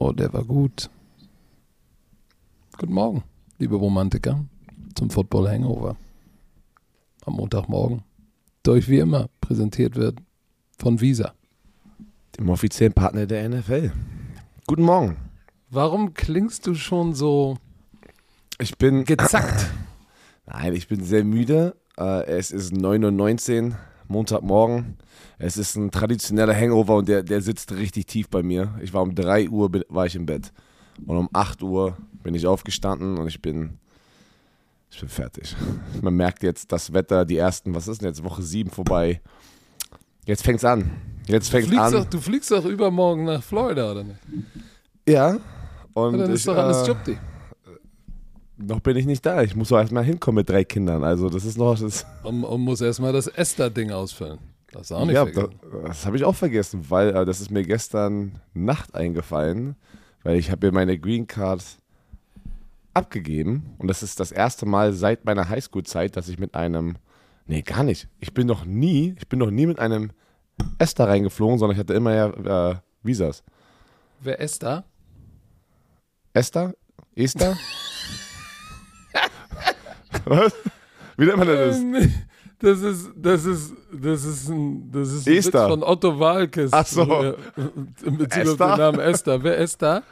Oh, der war gut. Guten Morgen, liebe Romantiker, zum Football Hangover. Am Montagmorgen, der euch wie immer präsentiert wird von Visa. Dem offiziellen Partner der NFL. Guten Morgen. Warum klingst du schon so Ich bin gezackt? Nein, ich bin sehr müde. Es ist 9:19 Uhr, Montagmorgen. Es ist ein traditioneller Hangover und der sitzt richtig tief bei mir. Ich war um 3 Uhr war ich im Bett. Und um 8 Uhr bin ich aufgestanden und ich bin fertig. Man merkt jetzt das Wetter, die ersten, was ist denn jetzt, Woche 7 vorbei. Jetzt fängt's an. Du fliegst doch übermorgen nach Florida, oder nicht? Ja. Und dann ist doch alles Jupti. Noch bin ich nicht da. Ich muss doch erstmal hinkommen mit 3 Kindern. Also das ist noch... Und muss erstmal das Esther-Ding ausfüllen. Das ist auch nicht vergessen. Das habe ich auch vergessen, weil das ist mir gestern Nacht eingefallen, weil ich habe mir meine Green Card abgegeben und das ist das erste Mal seit meiner Highschool-Zeit, dass ich mit einem... Nee, gar nicht. Ich bin noch nie mit einem Esther reingeflogen, sondern ich hatte immer ja Visas. Wer Esther? Esther? Esther? Was? Wie nennt man das? Das ist ein Witz Esther. von Otto Waalkes. Ach so. In Bezug auf den Namen Esther. Wer Esther?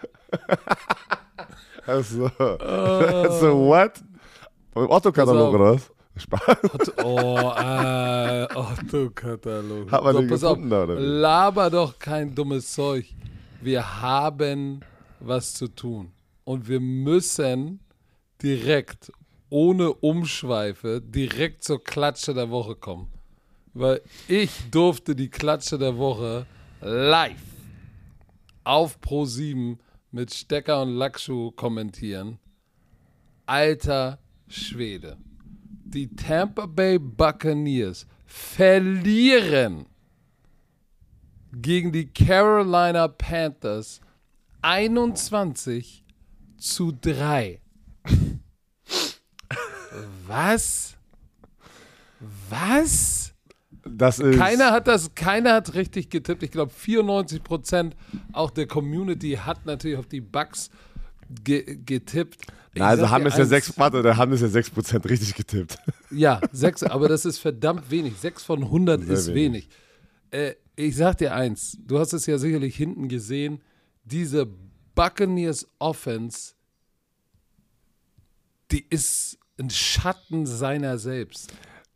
Ach so. So, what? Vom Otto-Katalog oder was? Spaß. Otto-Katalog. Hat man So, den pass auf, gefunden, oder? laber doch kein dummes Zeug. Wir haben was zu tun. Und wir müssen direkt, ohne Umschweife, direkt zur Klatsche der Woche kommen. Weil ich durfte die Klatsche der Woche live auf Pro7 mit Stecker und Lackschuh kommentieren. Alter Schwede. Die Tampa Bay Buccaneers verlieren gegen die Carolina Panthers 21:3. Was? Das ist... Keiner hat richtig getippt. Ich glaube 94% auch der Community hat natürlich auf die Bucks getippt. Na, also haben es ja 6% richtig getippt. Ja, 6, aber das ist verdammt wenig. 6 von 100 Sehr ist wenig. Ich sag dir eins, du hast es ja sicherlich hinten gesehen, diese Buccaneers Offense, die ist ein Schatten seiner selbst.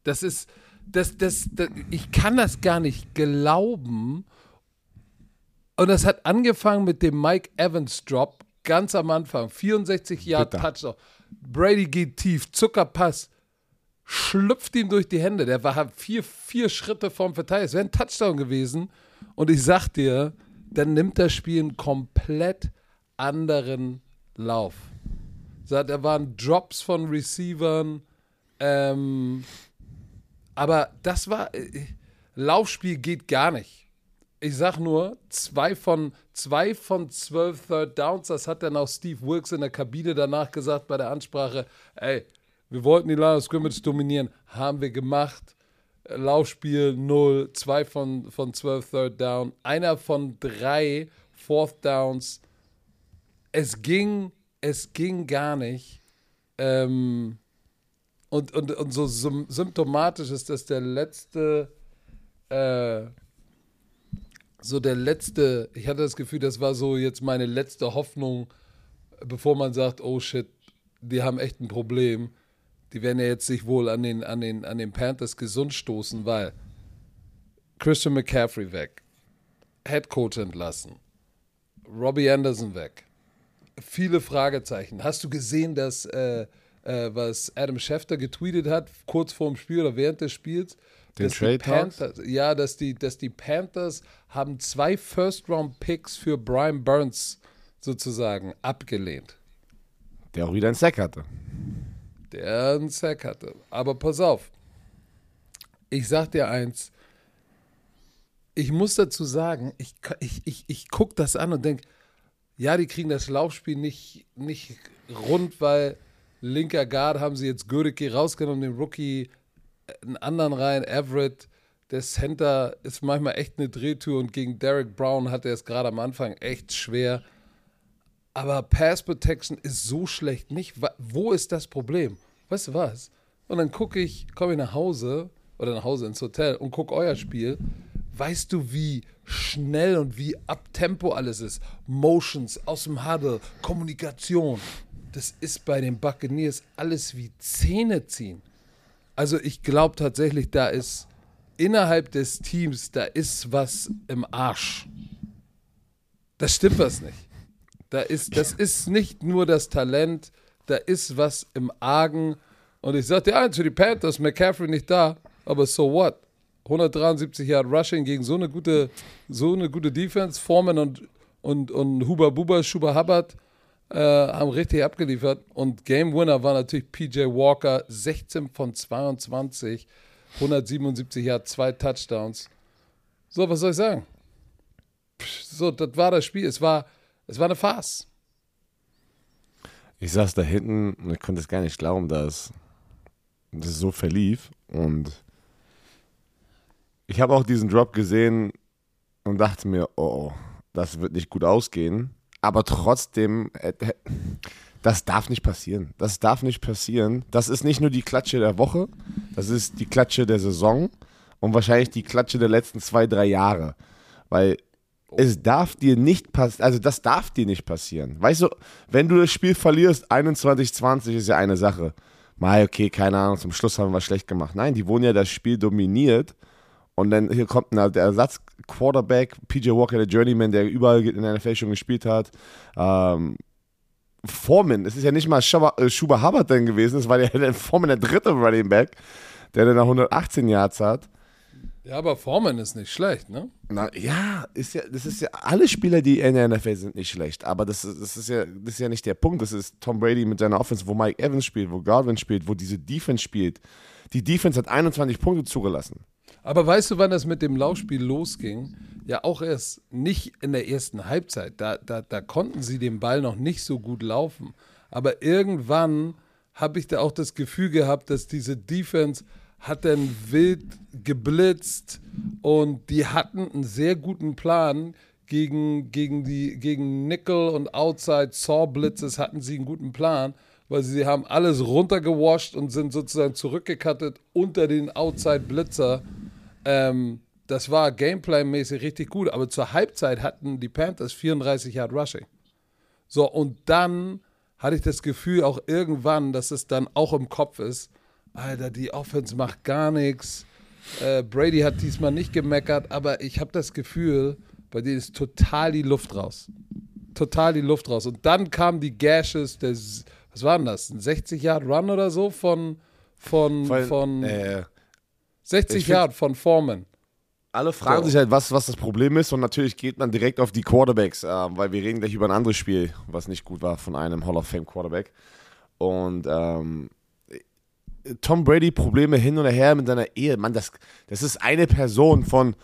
Ich kann das gar nicht glauben. Und das hat angefangen mit dem Mike Evans Drop, ganz am Anfang, 64 Yard Touchdown. Brady geht tief, Zuckerpass, schlüpft ihm durch die Hände. Der war vier Schritte vorm Verteidiger. Es wäre ein Touchdown gewesen. Und ich sag dir, dann nimmt das Spiel einen komplett anderen Lauf. Da waren Drops von Receivern, aber das war, Laufspiel geht gar nicht. Ich sag nur, 2 von 12 Third Downs, das hat dann auch Steve Wilkes in der Kabine danach gesagt bei der Ansprache, ey, wir wollten die Line of Scrimmage dominieren, haben wir gemacht. Laufspiel 0, 2 von 12 Third Down, einer von 3 Fourth Downs. Es ging gar nicht. Und so symptomatisch ist, dass der letzte, ich hatte das Gefühl, das war so jetzt meine letzte Hoffnung, bevor man sagt, oh shit, die haben echt ein Problem. Die werden ja jetzt sich wohl an den Panthers gesund stoßen, weil Christian McCaffrey weg, Head Coach entlassen, Robbie Anderson weg, viele Fragezeichen. Hast du gesehen, dass was Adam Schefter getweetet hat, kurz vor dem Spiel oder während des Spiels? Den Trade Panthers, ja, dass die Panthers haben 2 First-Round-Picks für Brian Burns sozusagen abgelehnt. Der auch wieder einen Sack hatte. Aber pass auf. Ich sag dir eins. Ich muss dazu sagen, ich gucke das an und denke, ja, die kriegen das Laufspiel nicht rund, weil linker Guard haben sie jetzt Gödecke rausgenommen, den Rookie, einen anderen rein, Everett. Der Center ist manchmal echt eine Drehtür und gegen Derek Brown hat er es gerade am Anfang echt schwer. Aber Pass Protection ist so schlecht nicht. Wo ist das Problem? Weißt du was? Und dann komme ich nach Hause oder nach Hause ins Hotel und gucke euer Spiel. Weißt du, wie schnell und wie up-tempo alles ist? Motions aus dem Huddle, Kommunikation. Das ist bei den Buccaneers alles wie Zähne ziehen. Also ich glaube tatsächlich, da ist innerhalb des Teams, da ist was im Arsch. Das stimmt was nicht. Das ist nicht nur das Talent, da ist was im Argen. Und ich sagte, ja, für die Panthers, McCaffrey nicht da, aber so what? 173 Yard Rushing gegen so eine gute Defense. Foreman und Huba Schuba Hubbard haben richtig abgeliefert. Und Game Winner war natürlich PJ Walker, 16 von 22, 177 Yard, 2 Touchdowns. So, was soll ich sagen? So, das war das Spiel. Es war eine Farce. Ich saß da hinten und ich konnte es gar nicht glauben, dass das so verlief. Und ich habe auch diesen Drop gesehen und dachte mir, oh, das wird nicht gut ausgehen. Aber trotzdem, das darf nicht passieren. Das darf nicht passieren. Das ist nicht nur die Klatsche der Woche, das ist die Klatsche der Saison und wahrscheinlich die Klatsche der letzten 2-3 Jahre. Weil es darf dir nicht passieren, also das darf dir nicht passieren. Weißt du, wenn du das Spiel verlierst, 21-20 ist ja eine Sache. Mal, okay, keine Ahnung, zum Schluss haben wir was schlecht gemacht. Nein, die wurden ja das Spiel dominiert und dann hier kommt der Ersatz-Quarterback, PJ Walker, der Journeyman, der überall in der NFL schon gespielt hat. Foreman, es ist ja nicht mal Schuba Hubbard dann gewesen, es war der Foreman, der dritte Running Back, der dann 118 Yards hat. Ja, aber Foreman ist nicht schlecht, ne? Ja, das ist ja, alle Spieler, die in der NFL sind, nicht schlecht. Aber das ist ja nicht der Punkt. Das ist Tom Brady mit seiner Offense, wo Mike Evans spielt, wo Godwin spielt, wo diese Defense spielt. Die Defense hat 21 Punkte zugelassen. Aber weißt du, wann das mit dem Laufspiel losging? Ja, auch erst nicht in der ersten Halbzeit. Da konnten sie den Ball noch nicht so gut laufen. Aber irgendwann habe ich da auch das Gefühl gehabt, dass diese Defense hat dann wild geblitzt und die hatten einen sehr guten Plan gegen Nickel und Outside Saw Blitzes hatten sie einen guten Plan, weil sie haben alles runtergewasht und sind sozusagen zurückgekattet unter den Outside Blitzer. Das war Gameplay-mäßig richtig gut, aber zur Halbzeit hatten die Panthers 34 Yard Rushing. So, und dann hatte ich das Gefühl auch irgendwann, dass es dann auch im Kopf ist, Alter, die Offense macht gar nichts. Brady hat diesmal nicht gemeckert, aber ich habe das Gefühl, bei denen ist total die Luft raus. Total die Luft raus. Und dann kamen die Gashes, was war denn das? Ein 60-Yard-Run oder so von 60 Yard von Foreman. Alle fragen sich halt, was das Problem ist und natürlich geht man direkt auf die Quarterbacks, weil wir reden gleich über ein anderes Spiel, was nicht gut war von einem Hall of Fame Quarterback. Und Tom Brady Probleme hin und her mit seiner Ehe. Mann, das ist eine Person von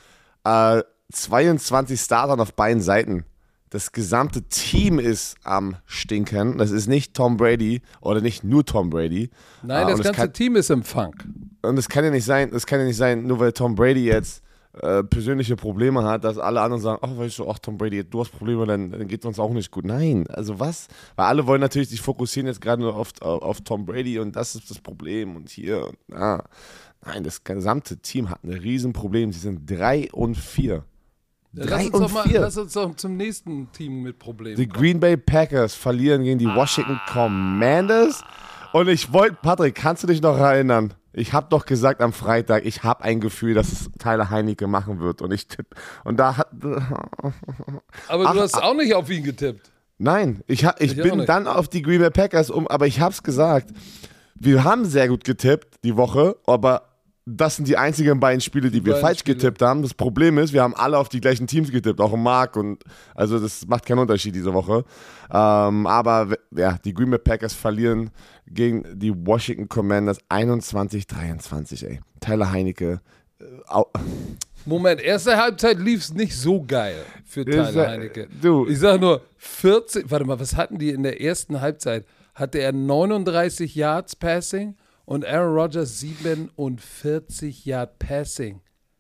22 Startern auf beiden Seiten. Das gesamte Team ist am Stinken. Das ist nicht Tom Brady oder nicht nur Tom Brady. Nein, das ganze Team ist im Funk. Und es kann ja nicht sein, nur weil Tom Brady jetzt persönliche Probleme hat, dass alle anderen sagen, ach, weißt du, ach Tom Brady, du hast Probleme, dann geht es uns auch nicht gut. Nein, also was? Weil alle wollen natürlich sich fokussieren jetzt gerade nur auf Tom Brady und das ist das Problem und hier und da. Nein, das gesamte Team hat ein Riesenproblem. Sie sind 3-4. Lass uns doch zum nächsten Team mit Problemen Die Green Bay Packers verlieren gegen die Washington Commanders. Und Patrick, kannst du dich noch erinnern? Ich habe doch gesagt am Freitag, ich habe ein Gefühl, dass es Tyler Heinicke machen wird. Und ich tippe. Und da hat. Aber du hast auch nicht auf ihn getippt. Nein, ich bin dann auf die Green Bay Packers aber ich habe es gesagt. Wir haben sehr gut getippt die Woche, aber das sind die einzigen beiden Spiele, die wir falsch getippt haben. Das Problem ist, wir haben alle auf die gleichen Teams getippt, auch im Mark. Und also das macht keinen Unterschied diese Woche. Aber ja, die Green Bay Packers verlieren gegen die Washington Commanders 21-23, ey. Tyler Heinicke. Moment, erste Halbzeit lief es nicht so geil für Tyler Heinicke. Ich sag nur, was hatten die in der ersten Halbzeit? Hatte er 39 Yards Passing und Aaron Rodgers 47 Yard Passing.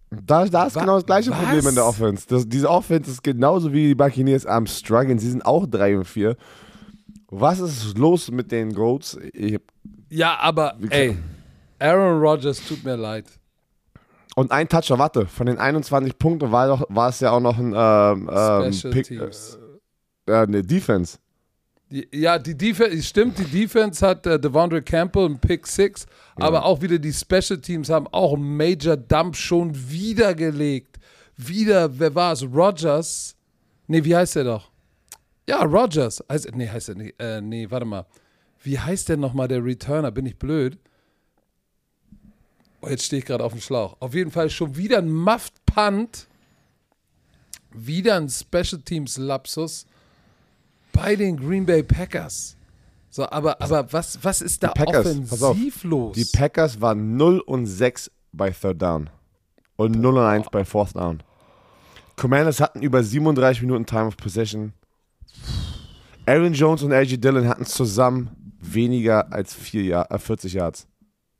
Da ist genau das gleiche Was? Problem in der Offense. Diese Offense ist genauso wie die Buccaneers am struggeln. Sie sind auch 3-4. Was ist los mit den Goats? Ja, aber ey, Aaron Rodgers tut mir leid. Und ein Toucher, warte, von den 21 Punkten war es ja auch noch ein Special Teams. Eine Defense. Die Defense, stimmt, die Defense hat Devondre Campbell einen Pick 6, aber auch wieder die Special Teams haben auch einen Major Dump schon wieder gelegt. Wer war es? Rodgers? Nee, wie heißt der doch? Ja, Rodgers. Heißt er nicht. Nee, warte mal. Wie heißt der nochmal, der Returner? Bin ich blöd? Oh, jetzt stehe ich gerade auf dem Schlauch. Auf jeden Fall schon wieder ein Muffed Punt. Wieder ein Special Teams Lapsus bei den Green Bay Packers. So, aber was ist da offensiv los? Die Packers waren 0-6 bei Third Down und 0-1 bei Fourth Down. Commanders hatten über 37 Minuten Time of Possession. Aaron Jones und A.J. Dillon hatten zusammen weniger als 40 Yards.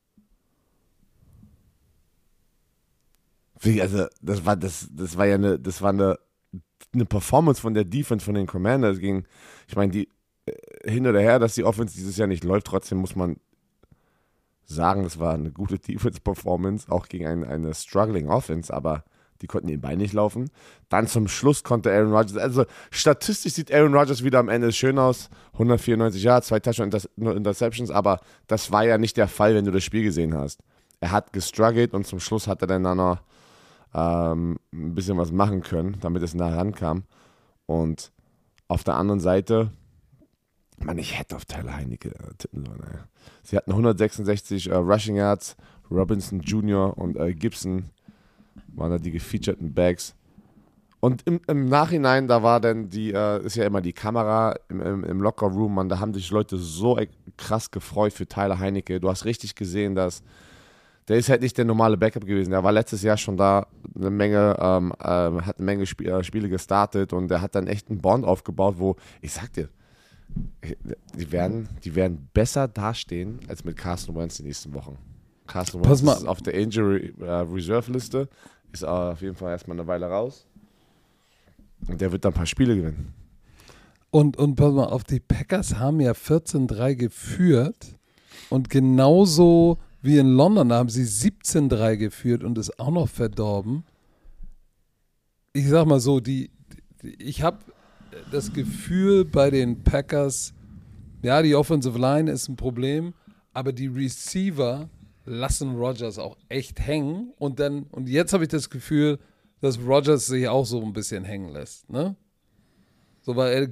Also, das war ja eine Performance von der Defense von den Commanders. Ich meine, hin oder her, dass die Offense dieses Jahr nicht läuft, trotzdem muss man sagen, das war eine gute Defense-Performance, auch gegen eine struggling Offense, aber die konnten den Bein nicht laufen. Dann zum Schluss konnte Aaron Rodgers, also statistisch sieht Aaron Rodgers wieder am Ende schön aus, 194 Yards, 2 Touchdown-Interceptions, aber das war ja nicht der Fall, wenn du das Spiel gesehen hast. Er hat gestruggelt und zum Schluss hat er dann noch ein bisschen was machen können, damit es nah rankam. Und auf der anderen Seite, ich hätte auf Tyler Heinecke tippen sollen. Ey. Sie hatten 166 Rushing Yards, Robinson Jr. und Gibson waren da die gefeaturten Backs. Und im Nachhinein, da war dann ist ja immer die Kamera im Locker-Room, man, da haben sich Leute so krass gefreut für Tyler Heinecke. Du hast richtig gesehen, dass der ist halt nicht der normale Backup gewesen. Der war letztes Jahr schon da, hat eine Menge Spiele gestartet und der hat dann echt einen Bond aufgebaut, wo, ich sag dir, die werden besser dastehen als mit Carson Wentz die nächsten Wochen. Carson Wentz ist auf der Injury Reserve Liste, ist auf jeden Fall erstmal eine Weile raus. Und der wird dann ein paar Spiele gewinnen. Und pass mal auf, die Packers haben ja 14-3 geführt und genauso wie in London haben sie 17-3 geführt und ist auch noch verdorben. Ich sag mal so, ich habe das Gefühl bei den Packers, ja, die Offensive Line ist ein Problem, aber die Receiver lassen Rodgers auch echt hängen und jetzt habe ich das Gefühl, dass Rodgers sich auch so ein bisschen hängen lässt, ne? So, weil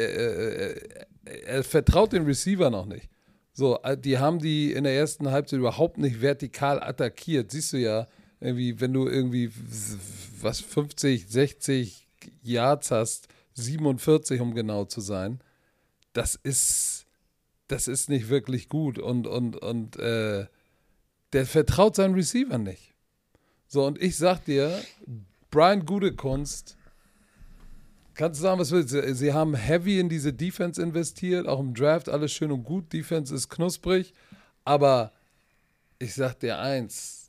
er vertraut den Receiver noch nicht. So, die haben die in der ersten Halbzeit überhaupt nicht vertikal attackiert. Siehst du ja, irgendwie, wenn du irgendwie 50, 60 Yards hast, 47, um genau zu sein, das ist nicht wirklich gut und der vertraut seinen Receiver nicht. So, und ich sag dir, Brian Gutekunst, kannst du sagen, was willst du? Sie haben heavy in diese Defense investiert, auch im Draft, alles schön und gut. Defense ist knusprig, aber ich sag dir eins,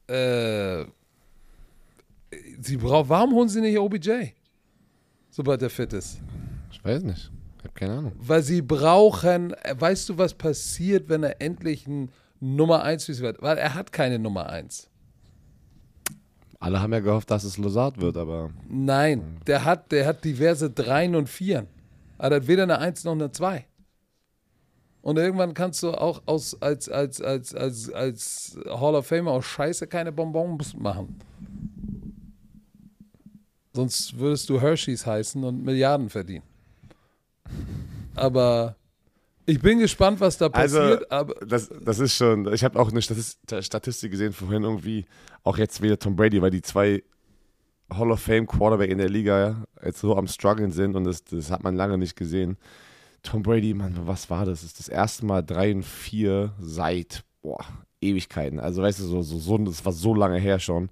warum holen sie nicht OBJ, sobald er fit ist? Ich weiß nicht, ich habe keine Ahnung. Weil sie brauchen, weißt du, was passiert, wenn er endlich ein Nummer 1 wird? Weil er hat keine Nummer 1. Alle haben ja gehofft, dass es Lazard wird, aber... Nein, der hat diverse 3 und 4. Er hat weder eine 1 noch eine 2. Und irgendwann kannst du auch als Hall of Famer aus Scheiße keine Bonbons machen. Sonst würdest du Hershey's heißen und Milliarden verdienen. Aber ich bin gespannt, was da passiert. Also, das ist schon, ich habe auch eine Statistik gesehen vorhin irgendwie, auch jetzt wieder Tom Brady, weil die 2 Hall of Fame Quarterback in der Liga jetzt so am struggeln sind und das hat man lange nicht gesehen. Tom Brady, Mann, was war das? Das ist das erste Mal 3 und 4 seit, Ewigkeiten. Also weißt du, das war so lange her schon.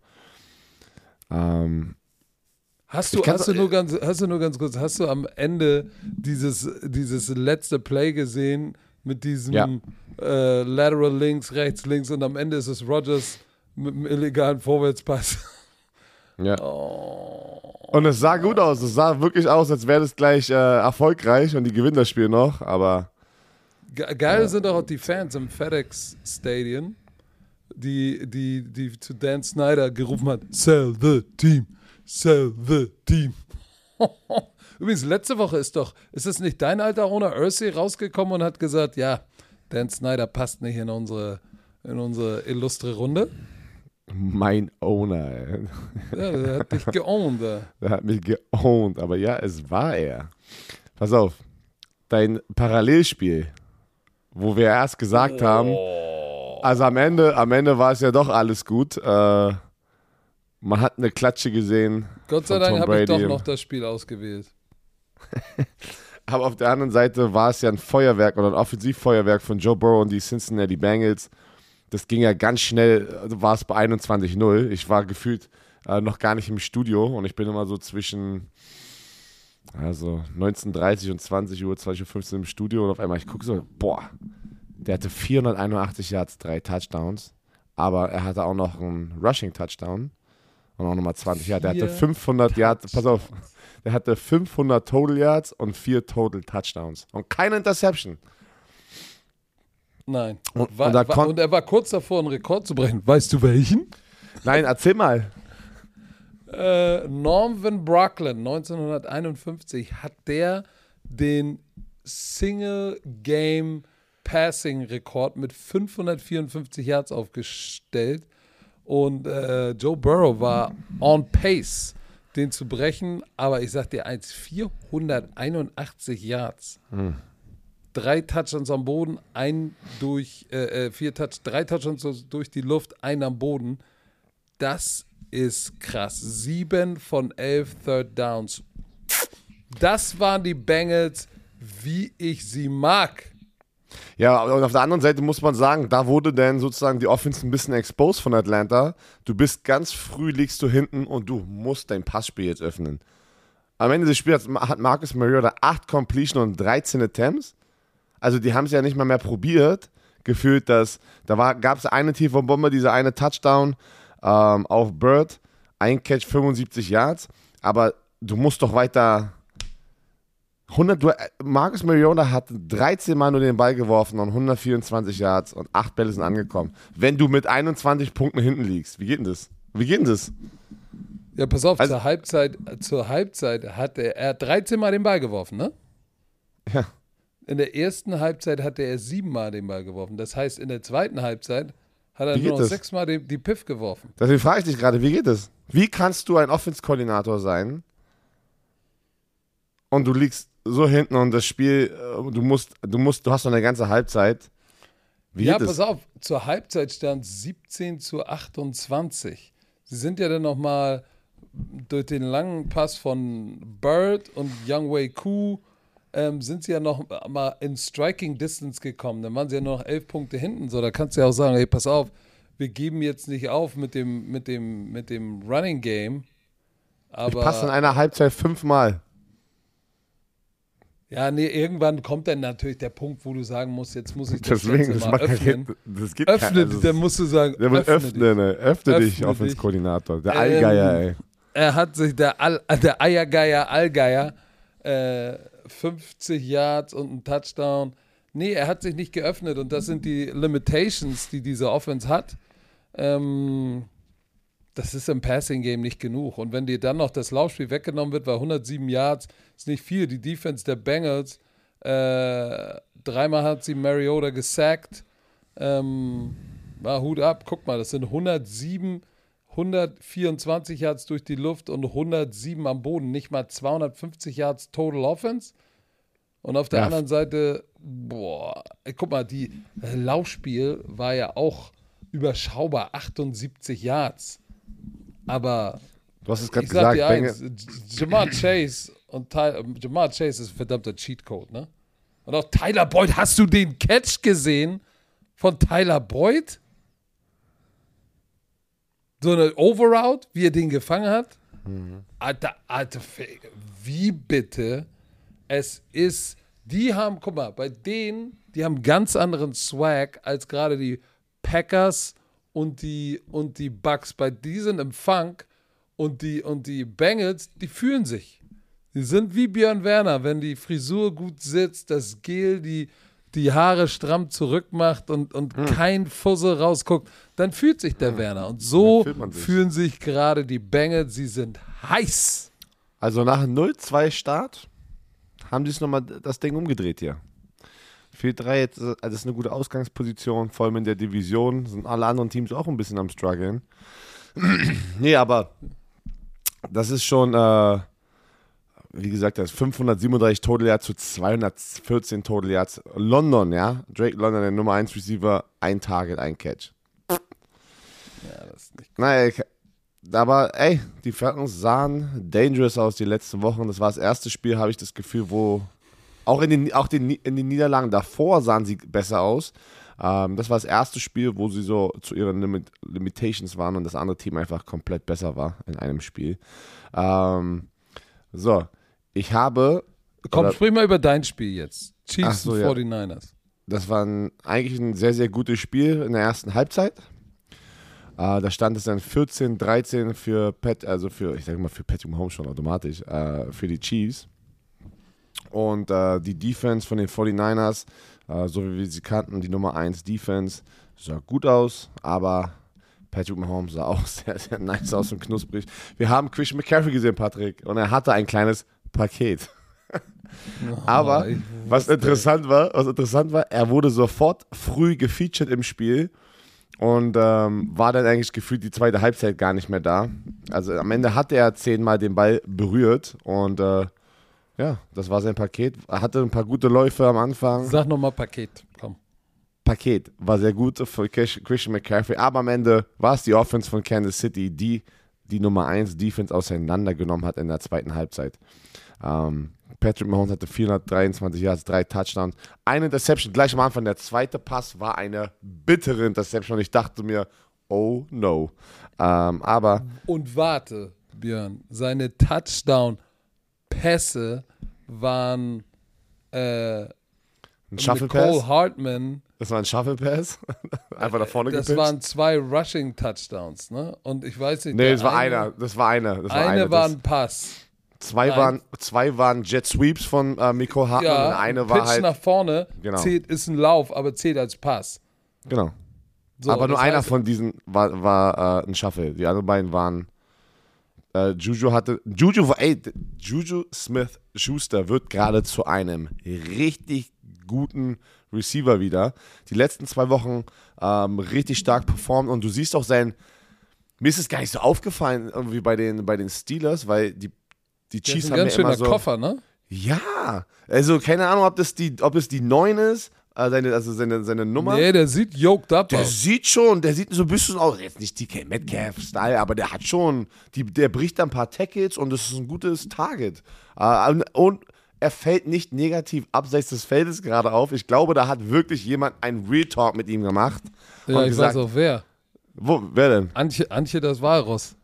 Hast du nur ganz kurz, hast du am Ende dieses letzte Play gesehen mit diesem Lateral links, rechts, links und am Ende ist es Rodgers mit einem illegalen Vorwärtspass Ja. Oh. Und es sah gut aus. Es sah wirklich aus, als wäre das gleich erfolgreich und die gewinnen das Spiel noch, aber. Geil sind auch die Fans im FedEx Stadium, die zu Dan Snyder gerufen hat: Sell the team, sell the team. Übrigens, letzte Woche ist es nicht dein alter Owner Irsay rausgekommen und hat gesagt, ja, Dan Snyder passt nicht in unsere illustre Runde? Mein Owner, ey. Ja, der hat dich geowned. Der hat mich geowned, aber ja, es war er. Pass auf, dein Parallelspiel, wo wir erst gesagt haben, also am Ende war es ja doch alles gut. Man hat eine Klatsche gesehen. Gott sei Dank habe ich doch noch das Spiel ausgewählt. Aber auf der anderen Seite war es ja ein Feuerwerk oder ein Offensivfeuerwerk von Joe Burrow und die Cincinnati Bengals. Das ging ja ganz schnell, also war es bei 21-0. Ich war gefühlt noch gar nicht im Studio und ich bin immer so zwischen 19:30 und 20 Uhr, 20:15 Uhr im Studio und auf einmal, ich gucke so, boah, der hatte 481 Yards, 3 Touchdowns, aber er hatte auch noch einen Rushing-Touchdown und auch nochmal 20 Yards. Der hatte 500 Yards, pass auf, der hatte 500 Total Yards und 4 Total Touchdowns und keine Interception. Nein. Und er war kurz davor, einen Rekord zu brechen. Weißt du welchen? Nein, erzähl mal. Norman Brocklin, 1951, hat der den Single-Game-Passing-Rekord mit 554 Yards aufgestellt. Und Joe Burrow war on pace, den zu brechen. Aber ich sag dir eins, 481 Yards. 3 Touchdowns am Boden, 3 Touchdowns durch die Luft, 1 am Boden. Das ist krass. 7 von 11 Third Downs. Das waren die Bengals, wie ich sie mag. Ja, und auf der anderen Seite muss man sagen, da wurde dann sozusagen die Offense ein bisschen exposed von Atlanta. Du bist ganz früh, liegst du hinten und du musst dein Passspiel jetzt öffnen. Am Ende des Spiels hat Marcus Mariota 8 Completion und 13 Attempts. Also die haben es ja nicht mal mehr probiert, gefühlt, dass gab es eine tiefe Bombe, dieser eine Touchdown auf Bird, ein Catch, 75 Yards, aber du musst doch weiter Marcus Mariota hat 13 Mal nur den Ball geworfen und 124 Yards und 8 Bälle sind angekommen. Wenn du mit 21 Punkten hinten liegst, wie geht denn das? Ja, pass auf, also, zur Halbzeit hat er 13 Mal den Ball geworfen, ne? Ja. In der ersten Halbzeit hatte er 7 Mal den Ball geworfen. Das heißt, in der zweiten Halbzeit hat er nur noch 6 Mal die Piff geworfen. Deswegen frage ich dich gerade, wie geht das? Wie kannst du ein Offense-Koordinator sein und du liegst so hinten und das Spiel, du hast noch eine ganze Halbzeit. Wie geht das? Pass auf, zur Halbzeit stand 17-28. Sie sind ja dann nochmal durch den langen Pass von Bird und Younghoe Koo sind sie ja noch mal in Striking Distance gekommen. Dann waren sie ja nur noch 11 Punkte hinten. So, da kannst du ja auch sagen, hey, pass auf, wir geben jetzt nicht auf mit dem Running Game. Aber ich passe in einer Halbzeit 5 Mal. Ja, nee, irgendwann kommt dann natürlich der Punkt, wo du sagen musst, jetzt muss ich das mal öffnen. Das geht dann musst du sagen, öffne dich, Offense-Koordinator. Der Allgeier, ey. Er hat sich, der Allgeier, 50 Yards und ein Touchdown. Nee, er hat sich nicht geöffnet und das sind die Limitations, die diese Offense hat. Das ist im Passing-Game nicht genug. Und wenn dir dann noch das Laufspiel weggenommen wird, weil 107 Yards ist nicht viel. Die Defense der Bengals, 3-mal hat sie Mariota gesackt. Hut ab, guck mal, das sind 124 Yards durch die Luft und 107 am Boden. Nicht mal 250 Yards Total Offense. Und auf der anderen Seite, guck mal, die Laufspiel war ja auch überschaubar, 78 Yards. Aber du hast es gerade gesagt, Ja'Marr Chase ist ein verdammter Cheatcode, ne? Und auch Tyler Boyd, hast du den Catch gesehen von Tyler Boyd? So eine Overroute, wie er den gefangen hat? Alter, wie bitte? Guck mal, bei denen, die haben ganz anderen Swag als gerade die Packers und die Bucks. Die sind im Funk Und die Bengals, die fühlen sich. Die sind wie Björn Werner, wenn die Frisur gut sitzt, das Gel, die Haare stramm zurückmacht und kein Fussel rausguckt, dann fühlt sich der Werner. Und so fühlen sich gerade die Bengals, sie sind heiß. Also nach einem 0-2-Start haben die es nochmal das Ding umgedreht hier. 4-3, jetzt, also das ist eine gute Ausgangsposition, vor allem in der Division, sind alle anderen Teams auch ein bisschen am struggeln. Nee, aber das ist schon, wie gesagt, das ist 537 Total Yards zu 214 Total Yards. London, ja, Drake London, der Nummer 1 Receiver, ein Target, ein Catch. Ja, das ist nicht gut. Naja, aber ey, die Falcons sahen dangerous aus die letzten Wochen. Das war das erste Spiel, habe ich das Gefühl, wo auch in den Niederlagen davor sahen sie besser aus. Das war das erste Spiel, wo sie so zu ihren Limitations waren und das andere Team einfach komplett besser war in einem Spiel. So, ich habe... Komm, sprich mal über dein Spiel jetzt. Chiefs so, und ja. 49ers. Das war eigentlich ein sehr, sehr gutes Spiel in der ersten Halbzeit. Da stand es dann 14-13 für Patrick Mahomes schon automatisch, für die Chiefs. Und die Defense von den 49ers, so wie wir sie kannten, die Nummer 1 Defense, sah gut aus, aber Patrick Mahomes sah auch sehr, sehr nice aus und knusprig. Wir haben Christian McCaffrey gesehen, Patrick, und er hatte ein kleines Paket. Aber was interessant war, er wurde sofort früh gefeatured im Spiel und war dann eigentlich gefühlt die zweite Halbzeit gar nicht mehr da. Also am Ende hatte er 10-mal den Ball berührt und ja, das war sein Paket. Er hatte ein paar gute Läufe am Anfang. Sag nochmal Paket, komm. Paket war sehr gut für Christian McCaffrey, aber am Ende war es die Offense von Kansas City, die Nummer 1 Defense auseinandergenommen hat in der zweiten Halbzeit. Patrick Mahomes hatte 423 Yards, 3 Touchdowns, eine Interception gleich am Anfang. Der zweite Pass war eine bittere Interception und ich dachte mir, oh no. Aber Und warte, Björn, seine Touchdown-Pässe waren ein Shuffle Nicole Pass? Hartman. Das war ein Shuffle Pass? Einfach nach vorne Das gepitcht? waren 2 Rushing-Touchdowns, ne? Und ich weiß nicht. Nee, der das war einer. Das war einer. Eine war ein Pass. Zwei waren Jet Sweeps von Miko Hartmann Ja, und eine war Pitch halt. nach vorne, Genau. ist ein Lauf, aber zählt als Pass. Genau. So, aber nur das einer heißt, von diesen war ein Shuffle. Die anderen beiden waren. Juju Smith-Schuster wird gerade zu einem richtig guten Receiver wieder. Die letzten 2 Wochen richtig stark performt und du siehst auch mir ist es gar nicht so aufgefallen irgendwie bei den Steelers, weil die Chiefs haben ja ganz immer schöner so. Koffer, ne? Ja, also keine Ahnung, ob es die 9 ist, seine Nummer. Nee, der sieht yoked up Der aus. sieht so ein bisschen aus, jetzt nicht DK Metcalf-Style, aber der hat schon, der bricht da ein paar Tackles und das ist ein gutes Target. Und er fällt nicht negativ abseits des Feldes gerade auf. Ich glaube, da hat wirklich jemand einen Real Talk mit ihm gemacht. Ja, und ich gesagt, weiß auch wer. Wer denn? Antje das Walross.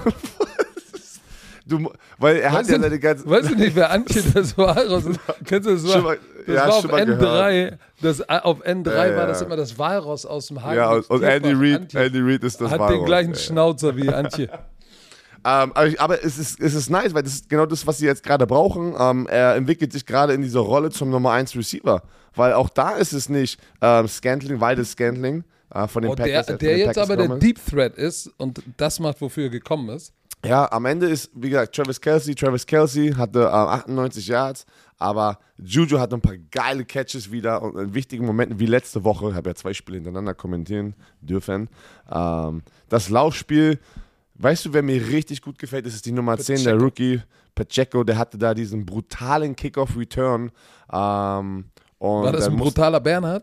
Weil er hat ja seine ganze... Weißt du nicht, wer Antje das Walross ist? Kennst du das? Das war auf N3. Auf N3 war das immer das Walross aus dem Hagen. Ja, und Andy Reid ist das Hat Walross. den gleichen Schnauzer wie Antje. Aber es ist nice, weil das ist genau das, was sie jetzt gerade brauchen. Er entwickelt sich gerade in diese Rolle zum Nummer 1 Receiver. Weil auch da ist es nicht Scantling, Valdez Scantling von den Packers. Der jetzt aber der Deep Threat ist und das macht, wofür er gekommen ist. Ja, am Ende ist, wie gesagt, Travis Kelce hatte 98 Yards, aber Juju hatte ein paar geile Catches wieder und in wichtigen Momenten wie letzte Woche, ich habe ja 2 Spiele hintereinander kommentieren dürfen. Das Laufspiel, weißt du, wer mir richtig gut gefällt, das ist die Nummer 10, der Rookie Pacheco, der hatte da diesen brutalen Kickoff-Return. War das ein brutaler Bernhard?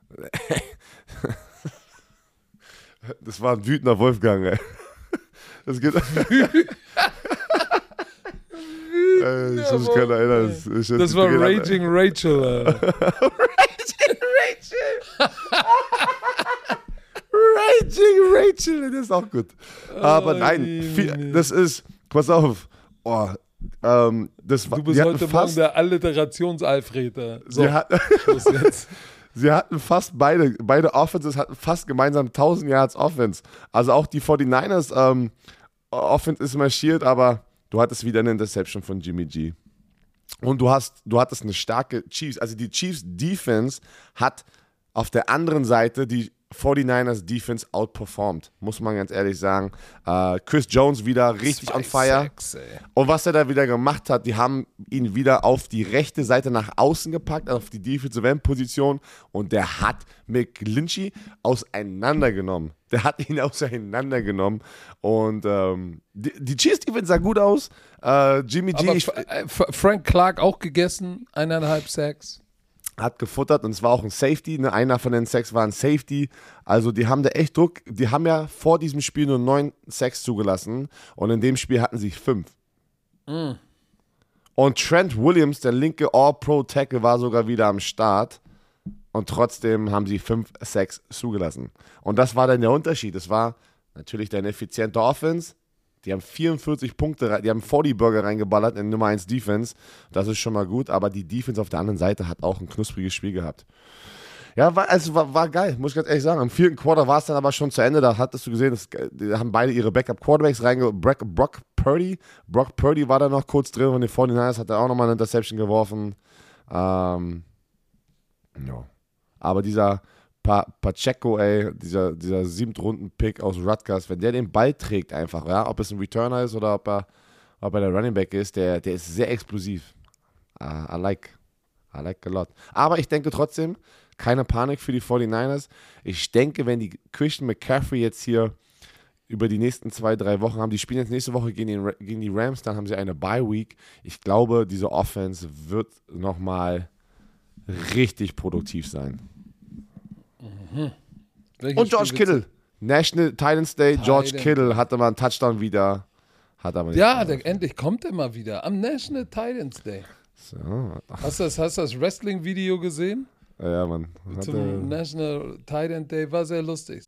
Das war ein wütender Wolfgang, ey. Das geht. Ich muss mich gerade erinnern. Das war Raging Rachel. Raging Rachel, das ist auch gut. Aber nein, das ist, pass auf. Oh, das war, du bist heute Morgen der Alliterations-Alfred. So, Schluss jetzt. Sie hatten fast beide Offenses hatten fast gemeinsam 1000 Yards Offense. Also auch die 49ers Offense ist marschiert, aber du hattest wieder eine Interception von Jimmy G. Und du hattest eine starke Chiefs. Also die Chiefs Defense hat auf der anderen Seite die 49ers Defense outperformed, muss man ganz ehrlich sagen. Chris Jones wieder richtig on fire. Und was er da wieder gemacht hat, die haben ihn wieder auf die rechte Seite nach außen gepackt, auf die Defensive End Position, und der hat McGlinchey auseinandergenommen. Und die Chiefs Defense sah gut aus. Jimmy G. Frank Clark auch gegessen, 1,5 Sacks. Hat gefuttert, und es war auch ein Safety. Ne? Einer von den Sacks war ein Safety. Also die haben da echt Druck. Die haben ja vor diesem Spiel nur 9 Sacks zugelassen, und in dem Spiel hatten sie 5. Und Trent Williams, der linke All-Pro-Tackle, war sogar wieder am Start, und trotzdem haben sie 5 Sacks zugelassen. Und das war dann der Unterschied. Das war natürlich eine effiziente Offense. Die haben 44 Punkte, die haben 40 Burger reingeballert in Nummer 1 Defense. Das ist schon mal gut, aber die Defense auf der anderen Seite hat auch ein knuspriges Spiel gehabt. Ja, war geil, muss ich ganz ehrlich sagen. Im 4. Quarter war es dann aber schon zu Ende. Da hattest du gesehen, die haben beide ihre Backup-Quarterbacks reingebracht. Brock Purdy war da noch kurz drin, und den 49ers hat er auch nochmal eine Interception geworfen. Ja. Aber dieser Pacheco, dieser 7. Runden-Pick aus Rutgers, wenn der den Ball trägt einfach, ja, ob es ein Returner ist oder ob er der Running Back ist, der ist sehr explosiv. I like a lot. Aber ich denke trotzdem, keine Panik für die 49ers. Ich denke, wenn die Christian McCaffrey jetzt hier über die nächsten 2-3 Wochen haben, die spielen jetzt nächste Woche gegen die Rams, dann haben sie eine Bye-Week. Ich glaube, diese Offense wird nochmal richtig produktiv sein. Und George Kittle. National Titans Day, George Kittle hatte mal einen Touchdown wieder. Endlich kommt er mal wieder. Am National Titans Day. So. Hast du das Wrestling-Video gesehen? Ja, Mann. Zum National Titan Day war sehr lustig.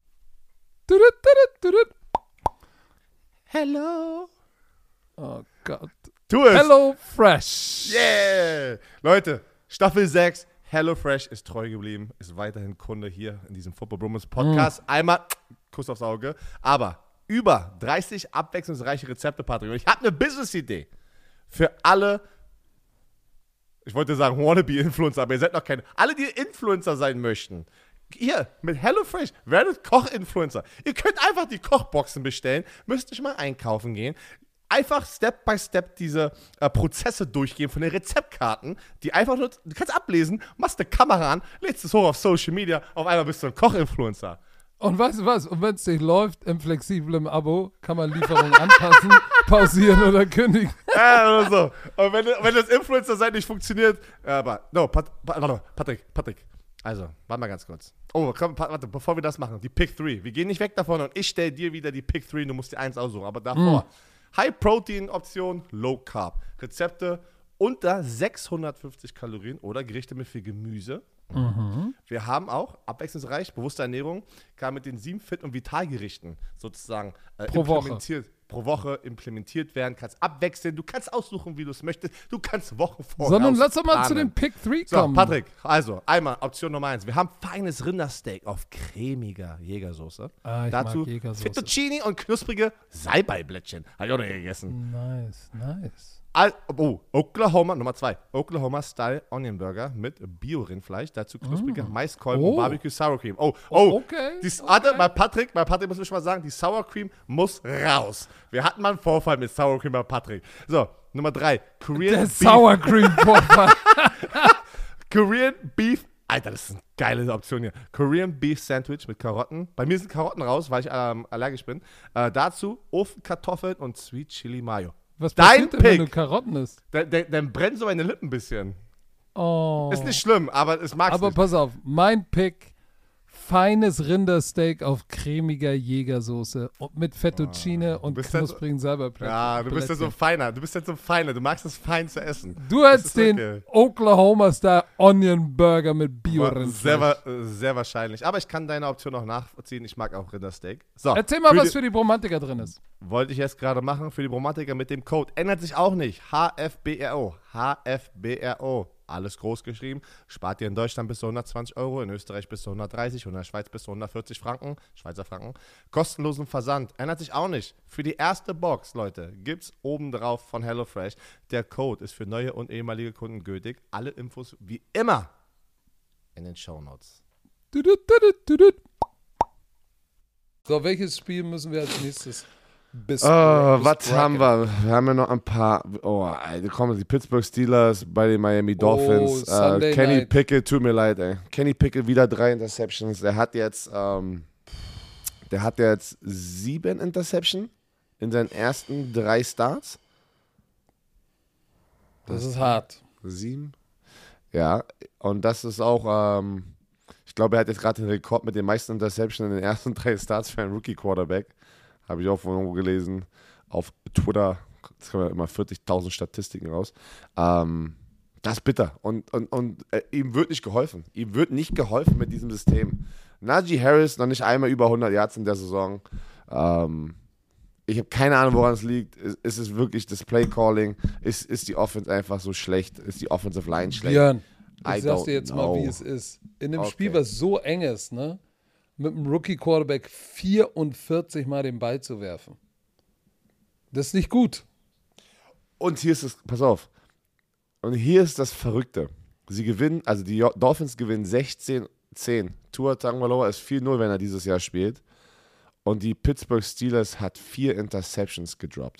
Hello. Oh Gott. Tu es. Hello Fresh. Yeah. Leute, Staffel 6. HelloFresh ist treu geblieben, ist weiterhin Kunde hier in diesem Football Bromance Podcast. Einmal Kuss aufs Auge. Aber über 30 abwechslungsreiche Rezepte, Patrick. Und ich habe eine Business-Idee für alle, ich wollte sagen Wannabe-Influencer, aber ihr seid noch keine. Alle, die Influencer sein möchten. Hier, mit HelloFresh, werdet Koch-Influencer. Ihr könnt einfach die Kochboxen bestellen, müsst nicht mal einkaufen gehen. Einfach Step by Step diese Prozesse durchgehen von den Rezeptkarten, die einfach nur, du kannst ablesen, machst eine Kamera an, lädst es hoch auf Social Media, auf einmal bist du ein Koch-Influencer. Und weißt du was? Und wenn es nicht läuft, im flexiblen Abo kann man Lieferungen anpassen, pausieren oder kündigen. Ja, oder so. Und wenn das Influencer-Sein nicht funktioniert, Patrick. Also, warte mal ganz kurz. Oh, komm, warte, bevor wir das machen, die Pick 3. Wir gehen nicht weg davon, und ich stelle dir wieder die Pick 3, du musst die 1 aussuchen. Aber davor, High-Protein-Option, Low-Carb. Rezepte unter 650 Kalorien oder Gerichte mit viel Gemüse. Wir haben auch abwechslungsreich, bewusste Ernährung, kann mit den 7 Fit- und Vitalgerichten sozusagen pro Woche implementiert werden. Kannst abwechseln, du kannst aussuchen, wie du es möchtest. Du kannst Wochen vorher Sondern lass doch mal zu den Pick 3 kommen. So, Patrick, also einmal Option Nummer 1. Wir haben feines Rindersteak auf cremiger Jägersoße. Dazu mag Jägersoße. Fettuccini und knusprige Salbeiblättchen. Habe ich auch noch gegessen. Nice. Oklahoma, Nummer 2. Oklahoma-Style Onion Burger mit Bio-Rindfleisch. Dazu knusprige Maiskolben und Barbecue Sour Cream. Okay. Bei Patrick muss ich schon mal sagen, die Sour Cream muss raus. Wir hatten mal einen Vorfall mit Sour Cream bei Patrick. So, Nummer 3. Der Sour Cream Vorfall. Korean Beef. Alter, das ist eine geile Option hier. Korean Beef Sandwich mit Karotten. Bei mir sind Karotten raus, weil ich allergisch bin. Dazu Ofenkartoffeln und Sweet Chili Mayo. Was passiert denn, wenn du Karotten isst? Dann brennen so meine Lippen ein bisschen. Oh. Ist nicht schlimm, aber es mag's Aber nicht. pass auf, mein Pick, feines Rindersteak auf cremiger Jägersoße und mit Fettuccine und knusprigen Salbeiblättchen. Ja, du bist ja so feiner. Du magst es fein zu essen. Du hättest den Oklahoma-Style Onion Burger mit Bio-Rindfleisch. Sehr wahrscheinlich. Aber ich kann deine Option noch nachvollziehen. Ich mag auch Rindersteak. So, erzähl mal, was für die Bromantiker drin ist. Wollte ich jetzt gerade machen für die Bromantiker mit dem Code. Ändert sich auch nicht. HFBRO. HFBRO. alles groß geschrieben. Spart ihr in Deutschland bis zu 120 Euro, in Österreich bis zu 130 und in der Schweiz bis zu 140 Franken, Schweizer Franken. Kostenlosen Versand, ändert sich auch nicht. Für die erste Box, Leute, gibt's oben drauf von HelloFresh. Der Code ist für neue und ehemalige Kunden gültig. Alle Infos wie immer in den Shownotes. So, welches Spiel müssen wir als nächstes was haben wir? Wir haben ja noch ein paar. Die Pittsburgh Steelers bei den Miami Dolphins. Kenny Night. Pickett, tut mir leid, ey. Kenny Pickett wieder 3 Interceptions. Der hat jetzt 7 Interceptions in seinen ersten 3 Starts. Das ist hart. 7? Ja, und das ist auch, ich glaube, er hat jetzt gerade den Rekord mit den meisten Interceptions in den ersten 3 Starts für einen Rookie-Quarterback. Habe ich auch von irgendwo gelesen. Auf Twitter, es kommen ja immer 40.000 Statistiken raus. Das ist bitter. Und ihm wird nicht geholfen. Ihm wird nicht geholfen mit diesem System. Najee Harris noch nicht einmal über 100 Yards in der Saison. Ich habe keine Ahnung, woran es liegt. Ist es wirklich das Play-Calling? Ist die Offense einfach so schlecht? Ist die Offensive Line schlecht? Björn, ich sag's dir jetzt mal, wie es ist. In einem Spiel, was so eng ist, ne? Mit einem Rookie-Quarterback 44 Mal den Ball zu werfen. Das ist nicht gut. Und hier ist es, pass auf. Und hier ist das Verrückte. Sie gewinnen, also die Dolphins gewinnen 16-10. Tua Tagovailoa ist 4-0, wenn er dieses Jahr spielt. Und die Pittsburgh Steelers hat 4 Interceptions gedroppt.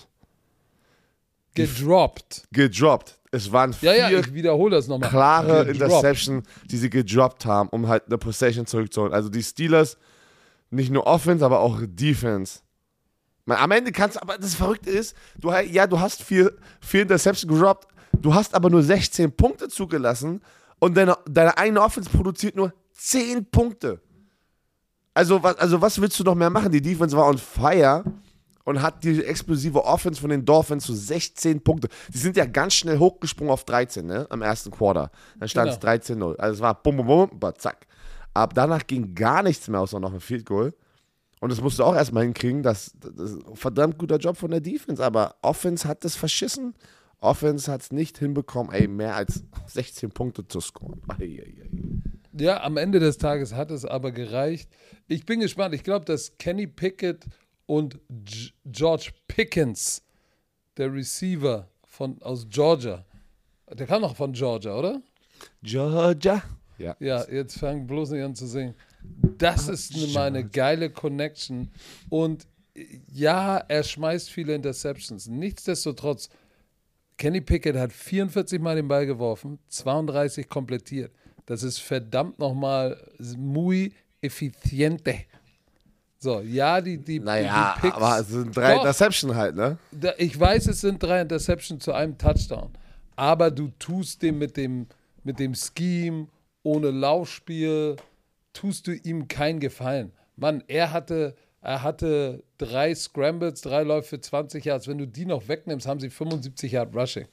Gedroppt. Es waren 4 ich wiederhole das nochmal. klare Interceptions, die sie gedroppt haben, um halt eine Possession zurückzuholen. Also die Steelers, nicht nur Offense, aber auch Defense. Am Ende aber das Verrückte ist, du hast 4 Interceptions gedroppt, du hast aber nur 16 Punkte zugelassen und deine eigene Offense produziert nur 10 Punkte. Also was willst du noch mehr machen? Die Defense war on fire und hat die explosive Offense von den Dolphins zu 16 Punkte. Die sind ja ganz schnell hochgesprungen auf 13, ne? Am ersten Quarter. Dann stand es 13-0. Also es war bum, bum, bum, zack. Aber danach ging gar nichts mehr, außer noch ein Field Goal. Und das musst du auch erstmal hinkriegen. Das ist ein verdammt guter Job von der Defense. Aber Offense hat das verschissen. Offense hat es nicht hinbekommen, mehr als 16 Punkte zu scoren. Ja, am Ende des Tages hat es aber gereicht. Ich bin gespannt. Ich glaube, dass Kenny Pickett und George Pickens, der Receiver aus Georgia, der kam noch von Georgia, oder? Georgia? Ja, jetzt fang bloß nicht an zu singen. Das ist mal eine geile Connection. Und ja, er schmeißt viele Interceptions. Nichtsdestotrotz, Kenny Pickett hat 44 Mal den Ball geworfen, 32 komplettiert. Das ist verdammt nochmal muy efficiente. So, ja, die Picks. Aber es sind 3 Interceptions halt, ne? Ich weiß, es sind 3 Interceptions zu einem Touchdown. Aber du tust dem mit dem Scheme, ohne Laufspiel, tust du ihm keinen Gefallen. Mann, er hatte 3 Scrambles, 3 Läufe für 20 Yards. Wenn du die noch wegnimmst, haben sie 75 Yard Rushing.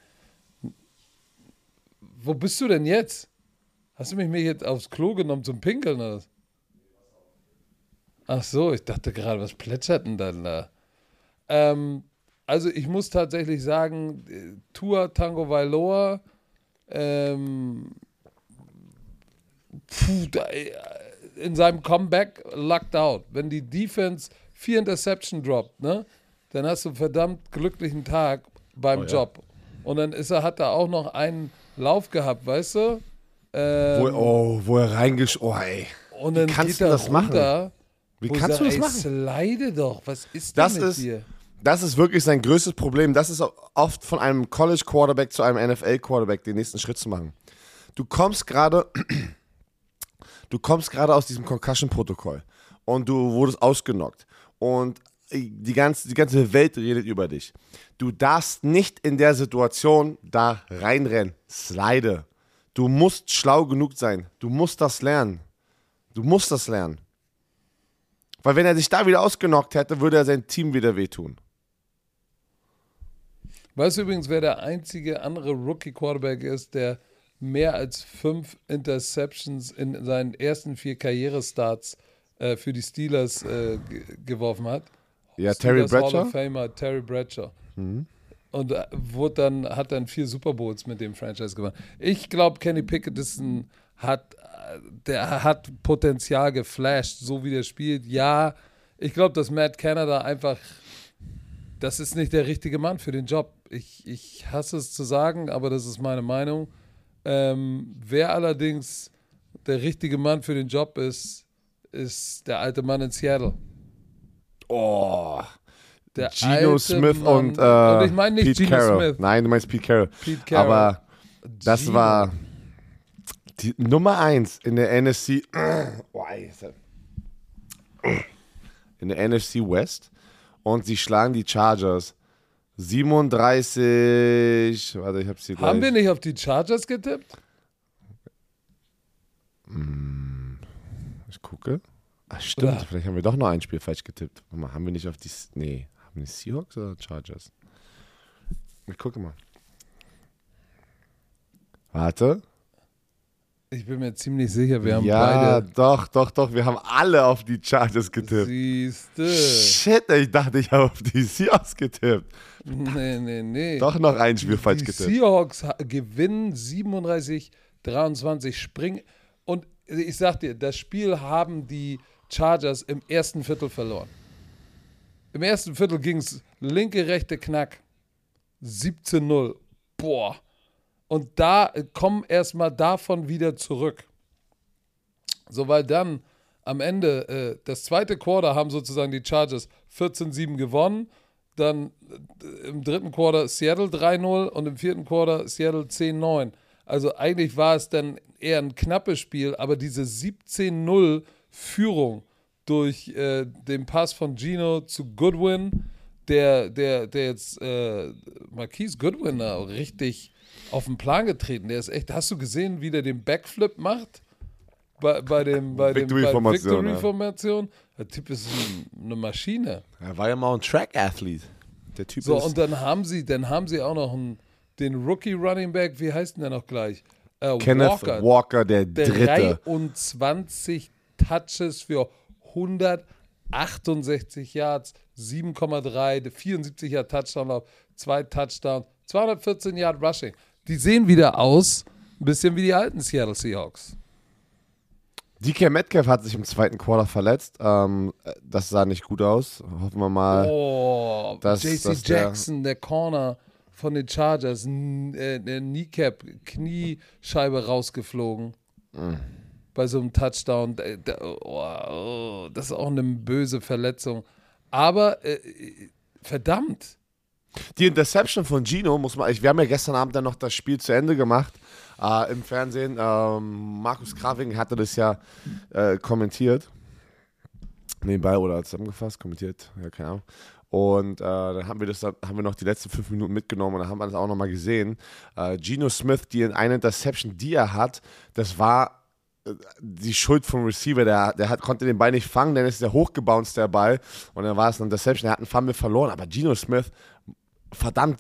Wo bist du denn jetzt? Hast du mich jetzt aufs Klo genommen zum Pinkeln oder was? Ach so, ich dachte gerade, was plätschert denn dann da? Also ich muss tatsächlich sagen, Tua Tagovailoa, in seinem Comeback lucked out. Wenn die Defense 4 Interception droppt, ne, dann hast du einen verdammt glücklichen Tag beim Job. Und dann hat er auch noch einen Lauf gehabt, weißt du? Wo er ey. Und dann kannst geht du er das runter, machen? Wie kannst du das machen? Slide doch, was ist denn mit dir? Das ist wirklich sein größtes Problem. Das ist oft von einem College-Quarterback zu einem NFL-Quarterback den nächsten Schritt zu machen. Du kommst gerade aus diesem Concussion-Protokoll und du wurdest ausgenockt und die ganze Welt redet über dich. Du darfst nicht in der Situation da reinrennen. Slide. Du musst schlau genug sein. Du musst das lernen. Weil wenn er sich da wieder ausgenockt hätte, würde er sein Team wieder wehtun. Weißt du übrigens, wer der einzige andere Rookie-Quarterback ist, der mehr als 5 Interceptions in seinen ersten 4 Karrierestarts für die Steelers geworfen hat? Ja, Steelers Terry Bradshaw. Hall of Famer Terry Bradshaw. Mhm. Und hat dann 4 Super Bowls mit dem Franchise gewonnen. Ich glaube, Kenny Pickett hat Potenzial geflasht, so wie der spielt. Ja, ich glaube, dass Matt Canada einfach, das ist nicht der richtige Mann für den Job. Ich hasse es zu sagen, aber das ist meine Meinung. Wer allerdings der richtige Mann für den Job ist der alte Mann in Seattle. Oh, Der Geno alte Smith Mann. und ich meine nicht Pete Geno Carroll. Smith. Nein, du meinst Pete Carroll. Pete Carroll. Aber das Geno. war die Nummer 1 in der NFC. In der NFC West. Und sie schlagen die Chargers 37. Warte, ich hab's hier gleich. Haben wir nicht auf die Chargers getippt? Ich gucke. Ach, stimmt. Oder? Vielleicht haben wir doch noch ein Spiel falsch getippt. Warte mal, haben wir nicht auf die. Nee, haben wir Seahawks oder Chargers? Ich gucke mal. Warte. Ich bin mir ziemlich sicher, wir haben Ja, beide. doch. Wir haben alle auf die Chargers getippt. Siehste. Shit, ich dachte, ich habe auf die Seahawks getippt. Nee. Doch noch ein Spiel falsch Die getippt. Seahawks gewinnen 37-23, springen. Und ich sag dir, das Spiel haben die Chargers im ersten Viertel verloren. Im ersten Viertel ging es linke, rechte Knack. 17-0. Boah. Und da kommen erstmal davon wieder zurück. So, weil dann am Ende, das zweite Quarter haben sozusagen die Chargers 14-7 gewonnen. Dann im dritten Quarter Seattle 3-0 und im vierten Quarter Seattle 10-9. Also eigentlich war es dann eher ein knappes Spiel, aber diese 17-0 Führung durch den Pass von Geno zu Goodwin, der jetzt Marquise Goodwin da richtig auf den Plan getreten. Der ist echt, hast du gesehen, wie der den Backflip macht? Bei Victory-Formation? Der Typ ist eine Maschine. Er war ja mal ein Track-Athlet. Der Typ So, ist. und dann haben sie auch noch den Rookie-Running-Back, wie heißt denn der noch gleich? Kenneth Walker, der Dritte. 23 Touches für 168 Yards, 7,3, 74 Yard Touchdown-Lauf, 2 Touchdowns, 214 Yard Rushing. Die sehen wieder aus, ein bisschen wie die alten Seattle Seahawks. DK Metcalf hat sich im zweiten Quarter verletzt. Das sah nicht gut aus. Hoffen wir mal. Oh, dass JC Jackson, der Corner von den Chargers, der Kneecap, Kniescheibe rausgeflogen. Bei so einem Touchdown. Das ist auch eine böse Verletzung. Aber verdammt. Die Interception von Geno wir haben ja gestern Abend dann noch das Spiel zu Ende gemacht im Fernsehen. Markus Kraving hatte das ja kommentiert. Nebenbei oder zusammengefasst, kommentiert, ja, keine Ahnung. Und dann haben wir noch die letzten 5 Minuten mitgenommen und dann haben wir das auch nochmal gesehen. Geno Smith, eine Interception, die er hat, das war die Schuld vom Receiver, der konnte den Ball nicht fangen, dann ist der hochgebounced, der Ball, und dann war es eine Interception, er hat einen Fumble verloren, aber Geno Smith, verdammt,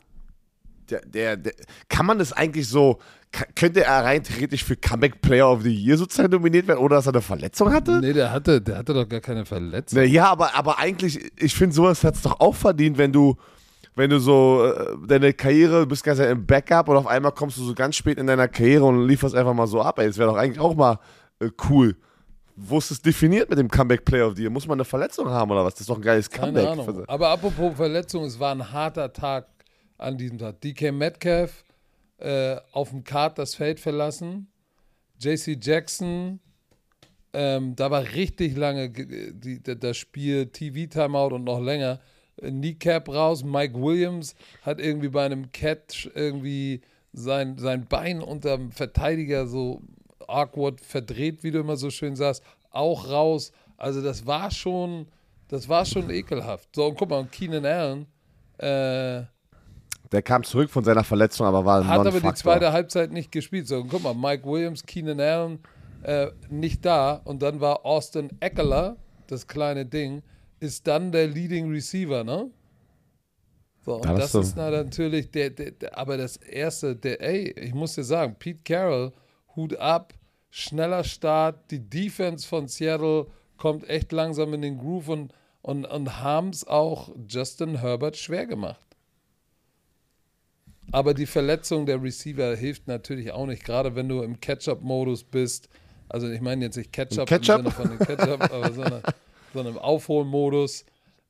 kann man das eigentlich so, könnte er rein theoretisch für Comeback Player of the Year sozusagen nominiert werden, oder dass er eine Verletzung hatte? Nee, der hatte doch gar keine Verletzung. Ja, aber eigentlich, ich finde, sowas hat es doch auch verdient, wenn du so deine Karriere, du bist ganz im Backup und auf einmal kommst du so ganz spät in deiner Karriere und lieferst einfach mal so ab. Ey, das wäre doch eigentlich auch mal cool. Wo ist es definiert mit dem Comeback Player of the Year? Muss man eine Verletzung haben oder was? Das ist doch ein geiles Comeback. Keine Ahnung. Aber apropos Verletzung, es war ein harter Tag an diesem Tag. DK Metcalf auf dem Kart das Feld verlassen. JC Jackson, da war richtig lange das Spiel, TV-Timeout und noch länger. Kneecap raus. Mike Williams hat irgendwie bei einem Catch irgendwie sein Bein unterm Verteidiger so awkward verdreht, wie du immer so schön sagst, auch raus. Also das war schon ekelhaft. So, und guck mal, und Keenan Allen, der kam zurück von seiner Verletzung, aber war ein hat Non-Faktor. aber die zweite Halbzeit nicht gespielt. So, und guck mal, Mike Williams, Keenan Allen nicht da, und dann war Austin Eckler, das kleine Ding, ist dann der Leading Receiver, ne? So, und das ist natürlich aber das Erste, ich muss dir sagen, Pete Carroll, Hut ab, schneller Start, die Defense von Seattle kommt echt langsam in den Groove und haben es auch Justin Herbert schwer gemacht. Aber die Verletzung der Receiver hilft natürlich auch nicht, gerade wenn du im Catch-up-Modus bist. Also ich meine jetzt nicht Catch-up im Sinne von dem Catch-up, aber sondern im Aufholmodus.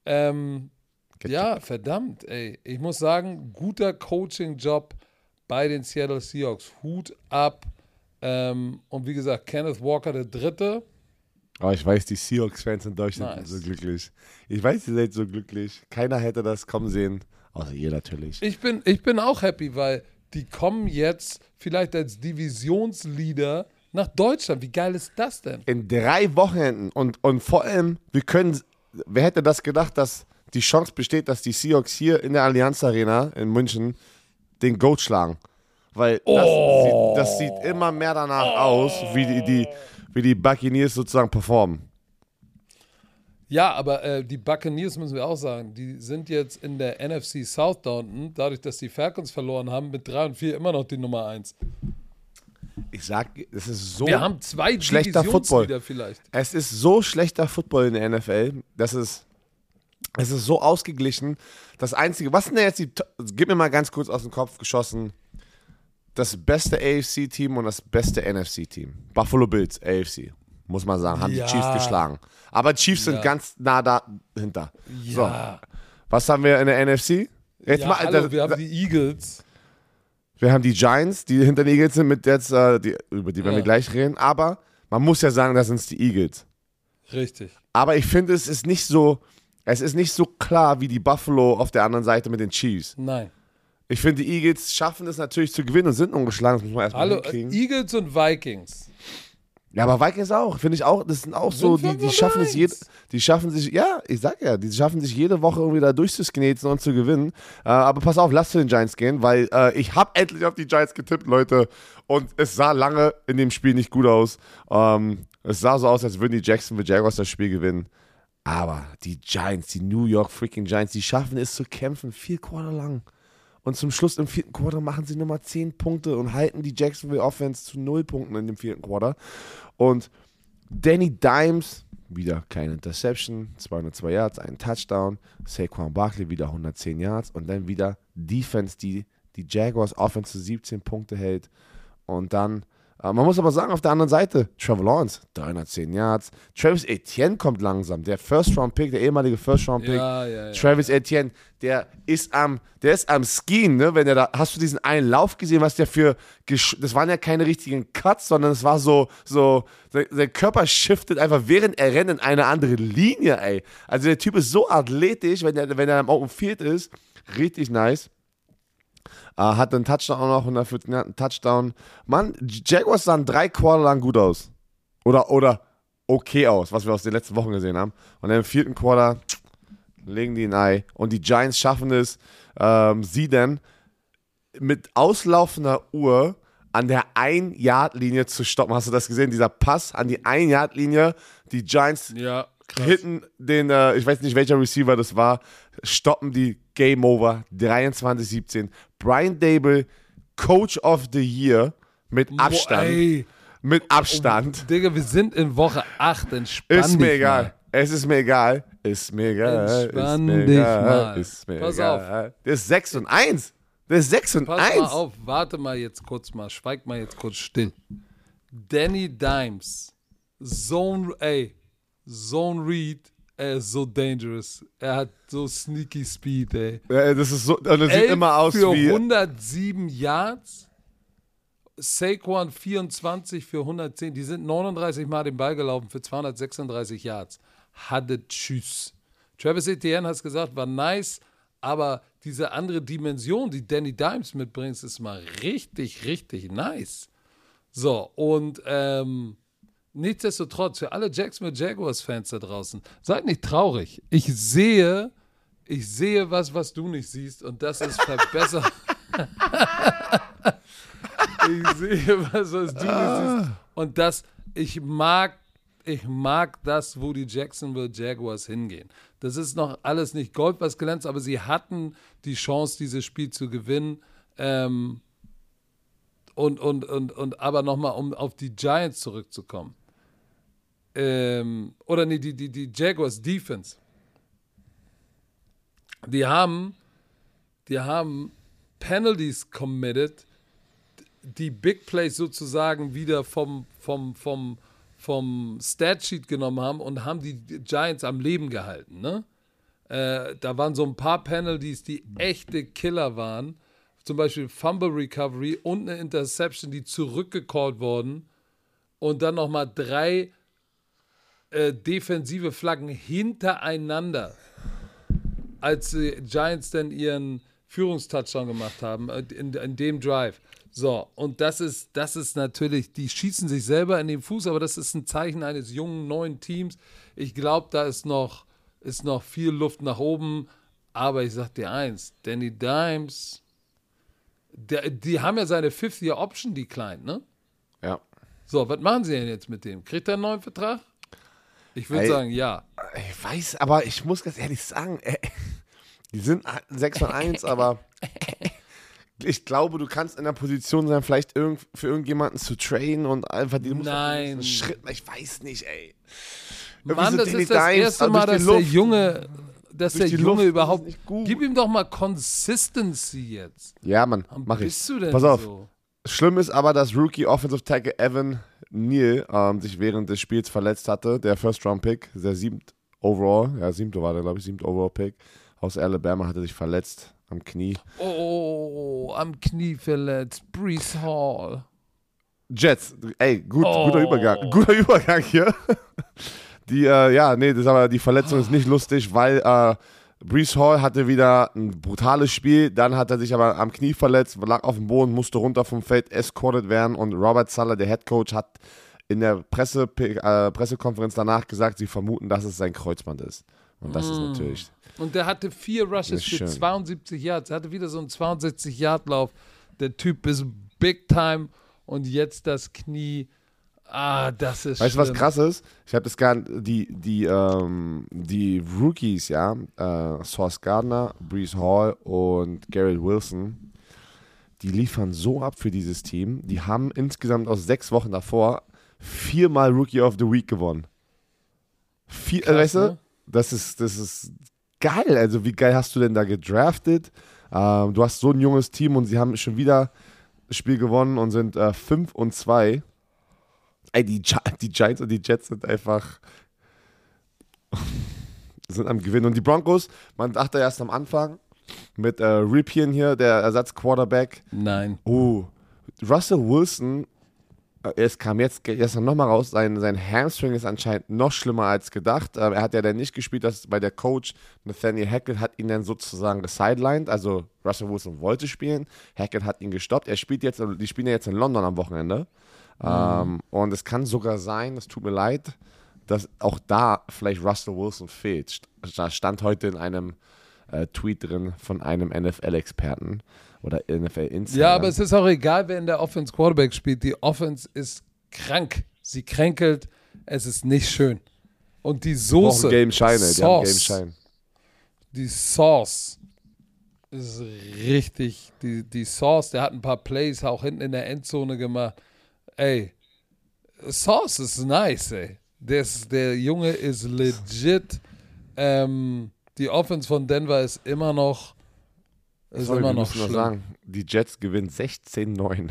Ja, verdammt, ey. Ich muss sagen, guter Coaching-Job bei den Seattle Seahawks. Hut ab. Und wie gesagt, Kenneth Walker der Dritte. Oh, ich weiß, die Seahawks-Fans in Deutschland sind so glücklich. Ich weiß, ihr seid so glücklich. Keiner hätte das kommen sehen. Außer ihr natürlich. Ich bin auch happy, weil die kommen jetzt vielleicht als Divisionsleader nach Deutschland. Wie geil ist das denn? In 3 Wochenenden. Und vor allem, wer hätte das gedacht, dass die Chance besteht, dass die Seahawks hier in der Allianz Arena in München den Goat schlagen. Weil das sieht immer mehr danach aus, wie die Buccaneers sozusagen performen. Ja, aber die Buccaneers, müssen wir auch sagen, die sind jetzt in der NFC South da unten, dadurch, dass die Falcons verloren haben, mit 3-4 immer noch die Nummer 1. Ich sag, es ist so wir haben 2 schlechter Football. Vielleicht. Es ist so schlechter Football in der NFL, es ist so ausgeglichen. Das Einzige, was sind denn jetzt gib mir mal ganz kurz aus dem Kopf geschossen, das beste AFC-Team und das beste NFC-Team. Buffalo Bills, AFC, muss man sagen, haben die Chiefs geschlagen. Aber Chiefs sind ganz nah dahinter. Ja. So, was haben wir in der NFC? Wir haben die Eagles. Wir haben die Giants, die hinter den Eagles sind, über die werden wir gleich reden. Aber man muss ja sagen, das sind die Eagles. Richtig. Aber ich finde, es ist nicht so klar wie die Buffalo auf der anderen Seite mit den Chiefs. Nein. Ich finde, die Eagles schaffen es natürlich zu gewinnen und sind ungeschlagen. Das muss man erstmal hinkriegen. Eagles und Vikings. Ja, aber Vikings auch, finde ich auch, das sind auch so, die schaffen es die schaffen sich jede Woche irgendwie da durchzusknetzen und zu gewinnen. Aber pass auf, lasst zu den Giants gehen, weil ich habe endlich auf die Giants getippt, Leute, und es sah lange in dem Spiel nicht gut aus. Es sah so aus, als würden die Jacksonville Jaguars das Spiel gewinnen. Aber die Giants, die New York freaking Giants, die schaffen es zu kämpfen, 4 Quarter lang. Und zum Schluss im 4. Quarter machen sie nochmal 10 Punkte und halten die Jacksonville Offense zu 0 Punkten in dem 4. Quarter. Und Danny Dimes, wieder keine Interception, 202 Yards, einen Touchdown. Saquon Barkley wieder 110 Yards. Und dann wieder Defense, die Jaguars Offense zu 17 Punkte hält. Und dann, man muss aber sagen, auf der anderen Seite, Trevor Lawrence, 310 Yards. Travis Etienne kommt langsam, der First-Round-Pick, der ehemalige First-Round-Pick. Ja. Travis Etienne, der ist am Skien, ne? Hast du diesen einen Lauf gesehen, was der das waren ja keine richtigen Cuts, sondern es war so, sein Körper shiftet einfach, während er rennt, in eine andere Linie, ey. Also der Typ ist so athletisch, wenn er am Open Field ist, richtig nice. Hat einen Touchdown auch noch, 114 Yards, einen Touchdown. Mann, Jaguars sahen 3 Quarter lang gut aus. Oder okay aus, was wir aus den letzten Wochen gesehen haben. Und dann im 4. Quarter legen die ein Ei. Und die Giants schaffen es, sie dann mit auslaufender Uhr an der 1-Yard-Linie zu stoppen. Hast du das gesehen? Dieser Pass an die 1-Yard-Linie. Die Giants hitten den, ich weiß nicht, welcher Receiver das war, stoppen die, Game Over, 23-17. Brian Dable, Coach of the Year, mit Abstand. Mit Abstand. Digga, wir sind in Woche 8, entspann dich mal. Es ist mir egal. Entspann dich mal. Pass auf. Der ist 6-1. Pass mal auf, warte mal jetzt kurz mal, schweig mal jetzt kurz still. Danny Dimes, Zone Read, er ist so dangerous. Er hat so sneaky Speed, ey. Ja, das ist so, das sieht immer aus für wie 107 Yards, Saquon 24 für 110. Die sind 39 Mal den Ball gelaufen für 236 Yards. Hatte tschüss. Travis Etienne hat es gesagt, war nice, aber diese andere Dimension, die Danny Dimes mitbringt, ist mal richtig, richtig nice. So, und nichtsdestotrotz, für alle Jacksonville Jaguars-Fans da draußen, seid nicht traurig. Ich sehe was du nicht siehst, und das ist verbessert. Ich sehe was du nicht siehst. Und ich mag das, wo die Jacksonville Jaguars hingehen. Das ist noch alles nicht Gold, was glänzt, aber sie hatten die Chance, dieses Spiel zu gewinnen. Aber nochmal, um auf die Giants zurückzukommen. Die Jaguars Defense. Die haben Penalties committed, die Big Plays sozusagen wieder vom Statsheet genommen haben und haben die Giants am Leben gehalten. Ne? Da waren so ein paar Penalties, die echte Killer waren. Zum Beispiel Fumble Recovery und eine Interception, die zurückgecallt wurden. Und dann nochmal 3 defensive Flaggen hintereinander, als die Giants dann ihren Führungstouchdown gemacht haben, in dem Drive. So, und das ist natürlich, die schießen sich selber in den Fuß, aber das ist ein Zeichen eines jungen, neuen Teams. Ich glaube, da ist noch viel Luft nach oben, aber ich sag dir eins, Danny Dimes, die haben ja seine Fifth-Year-Option declined, ne? Ja. So, was machen sie denn jetzt mit dem? Kriegt er einen neuen Vertrag? Ich würde sagen, ja. Ich weiß, aber ich muss ganz ehrlich sagen, die sind 6-1, aber ich glaube, du kannst in der Position sein, vielleicht für irgendjemanden zu trainen und einfach die Nein. Schritt, ich weiß nicht, ey. Mann, das ist das erste Mal, dass der Junge überhaupt, gib ihm doch mal Consistency jetzt. Ja, Mann, mach ich. Bist du denn Pass auf. so? Schlimm ist aber, dass Rookie Offensive Tackle Evan Neal sich während des Spiels verletzt hatte. Der First-Round-Pick, der 7. Overall, ja, 7. war der, glaube ich, 7. Overall-Pick aus Alabama, hatte sich verletzt am Knie. Oh, am Knie verletzt. Breece Hall. Jets, ey, guter Übergang hier. Die Verletzung ist nicht lustig, weil Breece Hall hatte wieder ein brutales Spiel, dann hat er sich aber am Knie verletzt, lag auf dem Boden, musste runter vom Feld, escorted werden und Robert Saleh, der Head Coach, hat in der Pressekonferenz danach gesagt, sie vermuten, dass es sein Kreuzband ist. Und das ist natürlich... Und der hatte 4 Rushes für 72 Yards. Er hatte wieder so einen 62-Yard-Lauf. Der Typ ist big time und jetzt das Knie... das ist Weißt du, was krass ist? Ich habe das gar die Rookies, ja, Sauce Gardner, Breece Hall und Garrett Wilson, die liefern so ab für dieses Team. Die haben insgesamt aus 6 Wochen davor 4-mal Rookie of the Week gewonnen. Krass, weißt du? Ne? Das ist geil. Also wie geil hast du denn da gedraftet? Du hast so ein junges Team und sie haben schon wieder das Spiel gewonnen und sind 5-2. Ey, die Giants und die Jets sind einfach am Gewinnen. Und die Broncos, man dachte erst am Anfang mit Ripien hier, der Ersatzquarterback. Nein. Russell Wilson, es kam jetzt gestern nochmal raus, sein Hamstring ist anscheinend noch schlimmer als gedacht. Er hat ja dann nicht gespielt, weil der Coach Nathaniel Hackett hat ihn dann sozusagen gesidelined. Also Russell Wilson wollte spielen, Hackett hat ihn gestoppt. Die spielen ja jetzt in London am Wochenende. Und es kann sogar sein, es tut mir leid, dass auch da vielleicht Russell Wilson fehlt. Da stand heute in einem Tweet drin von einem NFL-Experten oder NFL-Insider. Ja, aber es ist auch egal, wer in der Offense Quarterback spielt. Die Offense ist krank. Sie kränkelt. Es ist nicht schön. Und die Soße. Die haben Game Shine. Die Sauce ist richtig. Die Sauce, der hat ein paar Plays auch hinten in der Endzone gemacht. Ey, Sauce ist nice, ey. Der Junge ist legit. Die Offense von Denver ist immer noch schlimm. Sagen, die Jets gewinnen 16-9.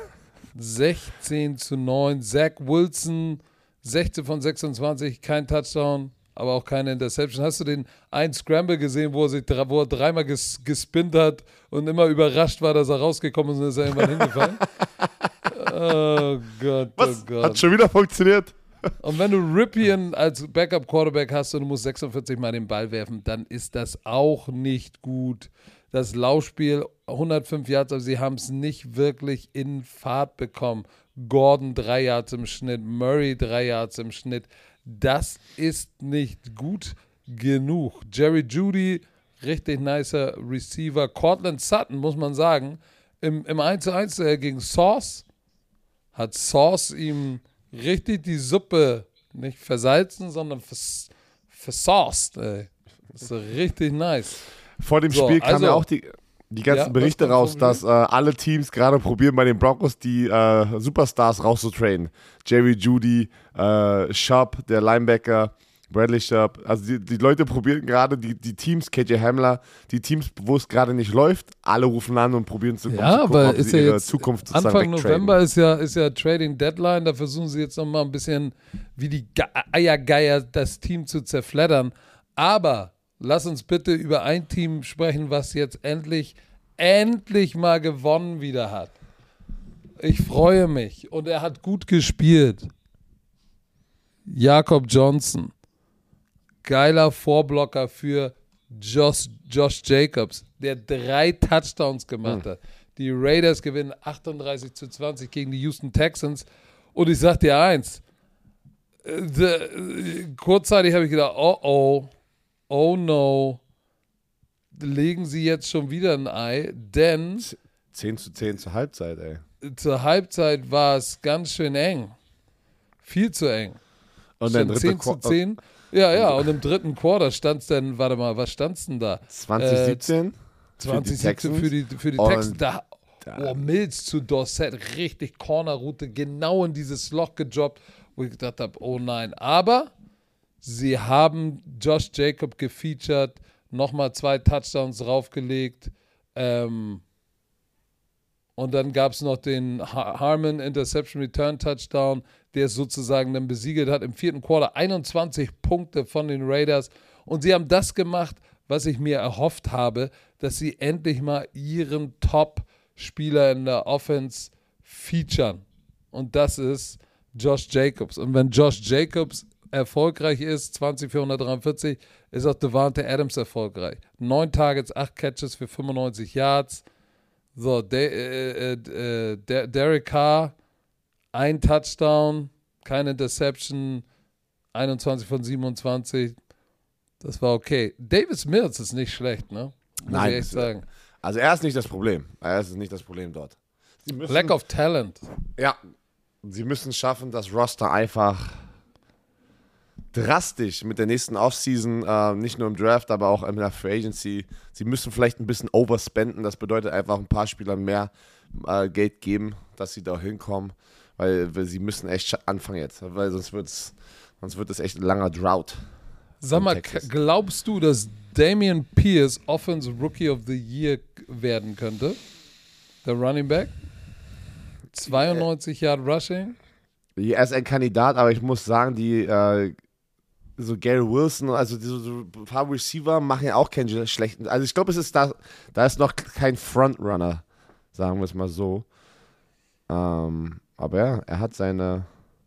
16-9. Zach Wilson, 16 von 26, kein Touchdown, aber auch keine Interception. Hast du den einen Scramble gesehen, wo er dreimal gespinnt hat und immer überrascht war, dass er rausgekommen ist und ist er irgendwann hingefallen? Oh Gott, Was? Oh Gott. Hat schon wieder funktioniert. Und wenn du Ripien als Backup-Quarterback hast und du musst 46 Mal den Ball werfen, dann ist das auch nicht gut. Das Laufspiel, 105 Yards, aber sie haben es nicht wirklich in Fahrt bekommen. Gordon 3 Yards im Schnitt, Murray 3 Yards im Schnitt. Das ist nicht gut genug. Jerry Jeudy, richtig nicer Receiver. Cortland Sutton, muss man sagen, im 1:1 gegen Sauce hat Sauce ihm richtig die Suppe nicht versalzen, sondern versauced. Das ist richtig nice. Vor dem Spiel kamen ja auch die ganzen Berichte raus, dass alle Teams gerade probieren, bei den Broncos die Superstars rauszutrainen. Jerry Jeudy, Schaub, der Linebacker, Bradley Sharp. Also die Leute probieren gerade, die Teams, KJ Hamler, die Teams, wo es gerade nicht läuft, alle rufen an und probieren zu gucken, aber ob ist sie ja ihre jetzt Zukunft sozusagen Anfang wegtraden. November ist ja Trading Deadline, da versuchen sie jetzt nochmal ein bisschen wie die Eiergeier das Team zu zerfleddern. Aber lass uns bitte über ein Team sprechen, was jetzt endlich mal gewonnen wieder hat. Ich freue mich und er hat gut gespielt. Jakob Johnson. Geiler Vorblocker für Josh Jacobs, der 3 Touchdowns gemacht hat. Die Raiders gewinnen 38-20 gegen die Houston Texans. Und ich sag dir eins, kurzzeitig habe ich gedacht, oh no, legen sie jetzt schon wieder ein Ei, denn 10-10 zur Halbzeit, ey. zur Halbzeit war es ganz schön eng. Viel zu eng. Und dann 10-10. Ja, und im dritten Quarter stand es dann, warte mal, was stand es denn da? 2017? 2017 für die Texans. Mills zu Dorsett, richtig Cornerroute, genau in dieses Loch gedroppt, wo ich gedacht habe, oh nein. Aber sie haben Josh Jacob gefeatured, nochmal 2 Touchdowns draufgelegt. Und dann gab es noch den Harmon Interception Return Touchdown, der es sozusagen dann besiegelt hat. Im 4. Quarter 21 Punkte von den Raiders. Und sie haben das gemacht, was ich mir erhofft habe, dass sie endlich mal ihren Top-Spieler in der Offense featuren. Und das ist Josh Jacobs. Und wenn Josh Jacobs erfolgreich ist, 20 für 143, ist auch Devante Adams erfolgreich. 9 Targets, 8 Catches für 95 Yards. So, Derek Carr, 1 Touchdown, keine Interception, 21 von 27. Das war okay. Davis Mills ist nicht schlecht, ne? Muss ich echt sagen. Also er ist nicht das Problem. Er ist nicht das Problem dort. Lack of Talent. Ja, sie müssen schaffen, das Roster einfach drastisch mit der nächsten Offseason, nicht nur im Draft, aber auch in der Free Agency. Sie müssen vielleicht ein bisschen overspenden. Das bedeutet einfach ein paar Spielern mehr Geld geben, dass sie da hinkommen. Weil sie müssen echt anfangen jetzt. Weil sonst wird es echt ein langer Drought. Sag mal, glaubst du, dass Dameon Pierce Offensive Rookie of the Year werden könnte? Der Running Back? 92 Yard Rushing? Ja, er ist ein Kandidat, aber ich muss sagen, so Gary Wilson, also so ein paar Receiver machen ja auch keinen schlechten. Also ich glaube, da ist noch kein Frontrunner, sagen wir es mal so. Aber ja, er hat seine.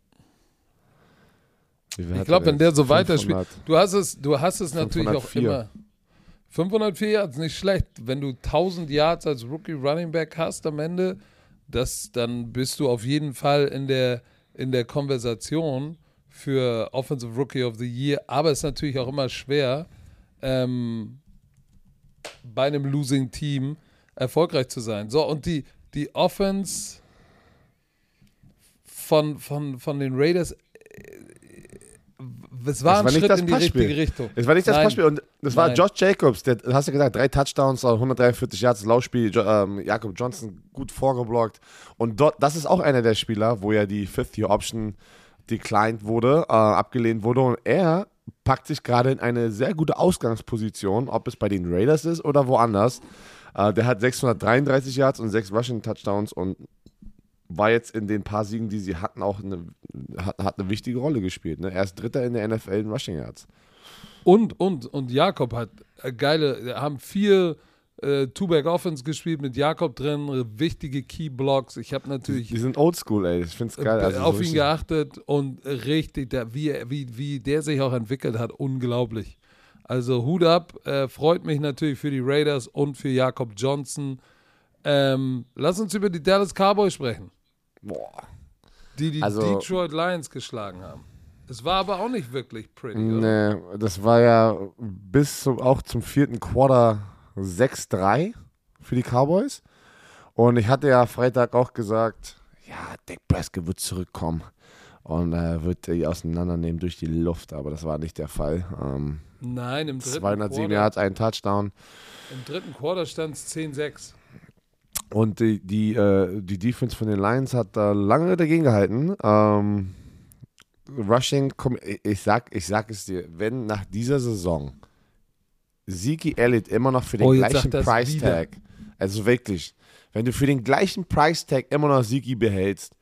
Ich glaube, wenn der so weiterspielt, du hast es natürlich 504. Auch immer. 504 Yards, nicht schlecht. Wenn du 1000 Yards als Rookie Running Back hast am Ende, dann bist du auf jeden Fall in der Konversation für Offensive Rookie of the Year. Aber es ist natürlich auch immer schwer, bei einem Losing Team erfolgreich zu sein. So, und die Offense von den Raiders, es war ein Schritt in die richtige Richtung. Es war nicht das Passspiel. Und das war Josh Jacobs, der, hast du gesagt, 3 Touchdowns, 143 Yards, das Laufspiel. Jakob Johnson gut vorgeblockt. Und das ist auch einer der Spieler, wo ja die Fifth-Year-Option declined wurde, abgelehnt wurde. Und er packt sich gerade in eine sehr gute Ausgangsposition, ob es bei den Raiders ist oder woanders. Der hat 633 Yards und 6 Rushing-Touchdowns und war jetzt in den paar Siegen, die sie hatten, auch hat eine wichtige Rolle gespielt. Ne? Er ist Dritter in der NFL in Rushing Yards. Und Jakob hat haben 4 Two-Back-Offense gespielt mit Jakob drin, wichtige Key-Blocks. Ich habe natürlich. Die sind oldschool, ey. Ich finde es geil. Also auf ihn geachtet und richtig, wie der sich auch entwickelt hat, unglaublich. Also Hut ab, freut mich natürlich für die Raiders und für Jakob Johnson. Lass uns über die Dallas Cowboys sprechen. Boah. Die Detroit Lions geschlagen haben. Es war aber auch nicht wirklich pretty, oder? Nee, das war ja auch zum 4. Quarter 6-3 für die Cowboys. Und ich hatte ja Freitag auch gesagt, ja, Dak Prescott wird zurückkommen und wird die auseinandernehmen durch die Luft, aber das war nicht der Fall. Nein, im dritten 207 Yards, ein Touchdown. Im dritten Quarter stand es 10-6. Und die Defense von den Lions hat da lange dagegen gehalten. Rushing, ich sag es dir, wenn nach dieser Saison Zeke Elliott immer noch für den gleichen Price Tag, also wirklich, wenn du für den gleichen Price Tag immer noch Zeke behältst,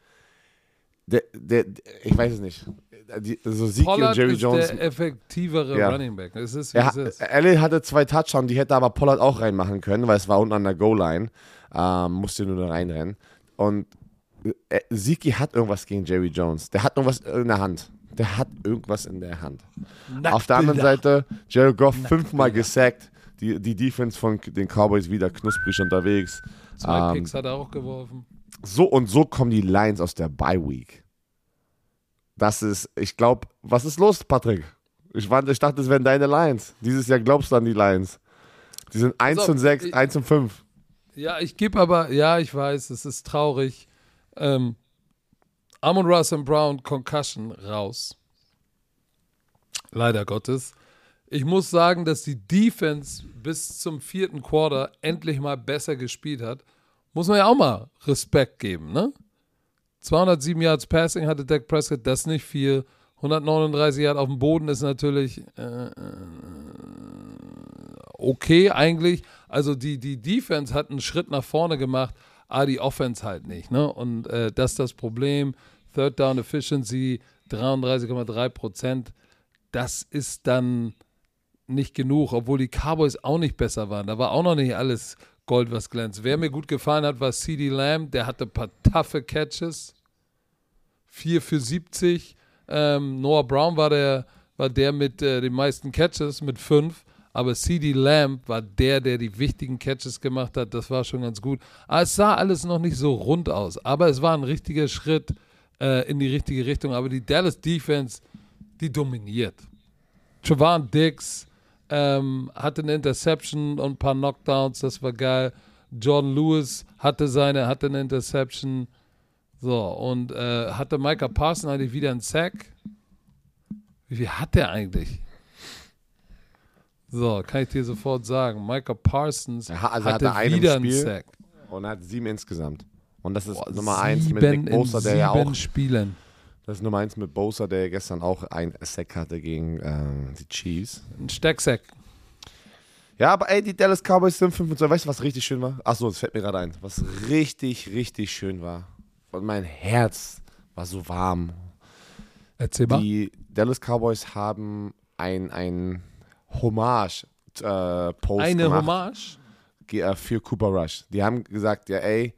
ich weiß es nicht. Also Zeke Pollard und Jerry ist Jones. Der effektivere Running Back. Es ist, Elliott hatte 2 Touchdowns, die hätte aber Pollard auch reinmachen können, weil es war unten an der Goal-Line. Musste nur da reinrennen. Und Zeke hat irgendwas gegen Jerry Jones. Der hat irgendwas in der Hand. Auf der anderen Seite, Jared Goff 5-mal gesackt. Die Defense von den Cowboys wieder knusprig unterwegs. 2 Picks hat er auch geworfen. So kommen die Lions aus der Bye-Week. Das ist, ich glaube, was ist los, Patrick? Ich dachte, es wären deine Lions. Dieses Jahr glaubst du an die Lions. Die sind 1-6, 1-5. Ja, ich weiß, es ist traurig. Amon-Ra St. Brown, Concussion, raus. Leider Gottes. Ich muss sagen, dass die Defense bis zum 4. Quarter endlich mal besser gespielt hat. Muss man ja auch mal Respekt geben, ne? 207 Yards Passing hatte Dak Prescott, das ist nicht viel. 139 Yards auf dem Boden ist natürlich okay eigentlich. Also die Defense hat einen Schritt nach vorne gemacht, aber die Offense halt nicht, ne? Und das ist das Problem. Third Down Efficiency 33,3%. Das ist dann nicht genug, obwohl die Cowboys auch nicht besser waren. Da war auch noch nicht alles Gold, was glänzt. Wer mir gut gefallen hat, war CeeDee Lamb. Der hatte ein paar toughe Catches. 4 für 70. Noah Brown war der mit den meisten Catches mit 5. Aber CeeDee Lamb war der die wichtigen Catches gemacht hat. Das war schon ganz gut. Aber es sah alles noch nicht so rund aus. Aber es war ein richtiger Schritt in die richtige Richtung. Aber die Dallas Defense, die dominiert. Trevon Diggs hatte eine Interception und ein paar Knockdowns. Das war geil. Jordan Lewis hatte eine Interception. So, und hatte Micah Parsons eigentlich wieder einen Sack? Wie viel hat der eigentlich? So, kann ich dir sofort sagen. Micah Parsons hatte wieder einen Sack. Und hat 7 insgesamt. Und das ist Nummer 1 mit Nick Bosa, der ja auch... Spielen. Das ist Nummer 1 mit Bosa, der gestern auch einen Sack hatte gegen die Chiefs. Ein Stecksack. Ja, aber ey, die Dallas Cowboys sind 5-2. Weißt du, was richtig schön war? Achso, das fällt mir gerade ein. Was richtig, richtig schön war. Und mein Herz war so warm. Erzähl mal. Die Dallas Cowboys haben ein Hommage-Post gemacht. Hommage? Für Cooper Rush. Die haben gesagt, ja ey,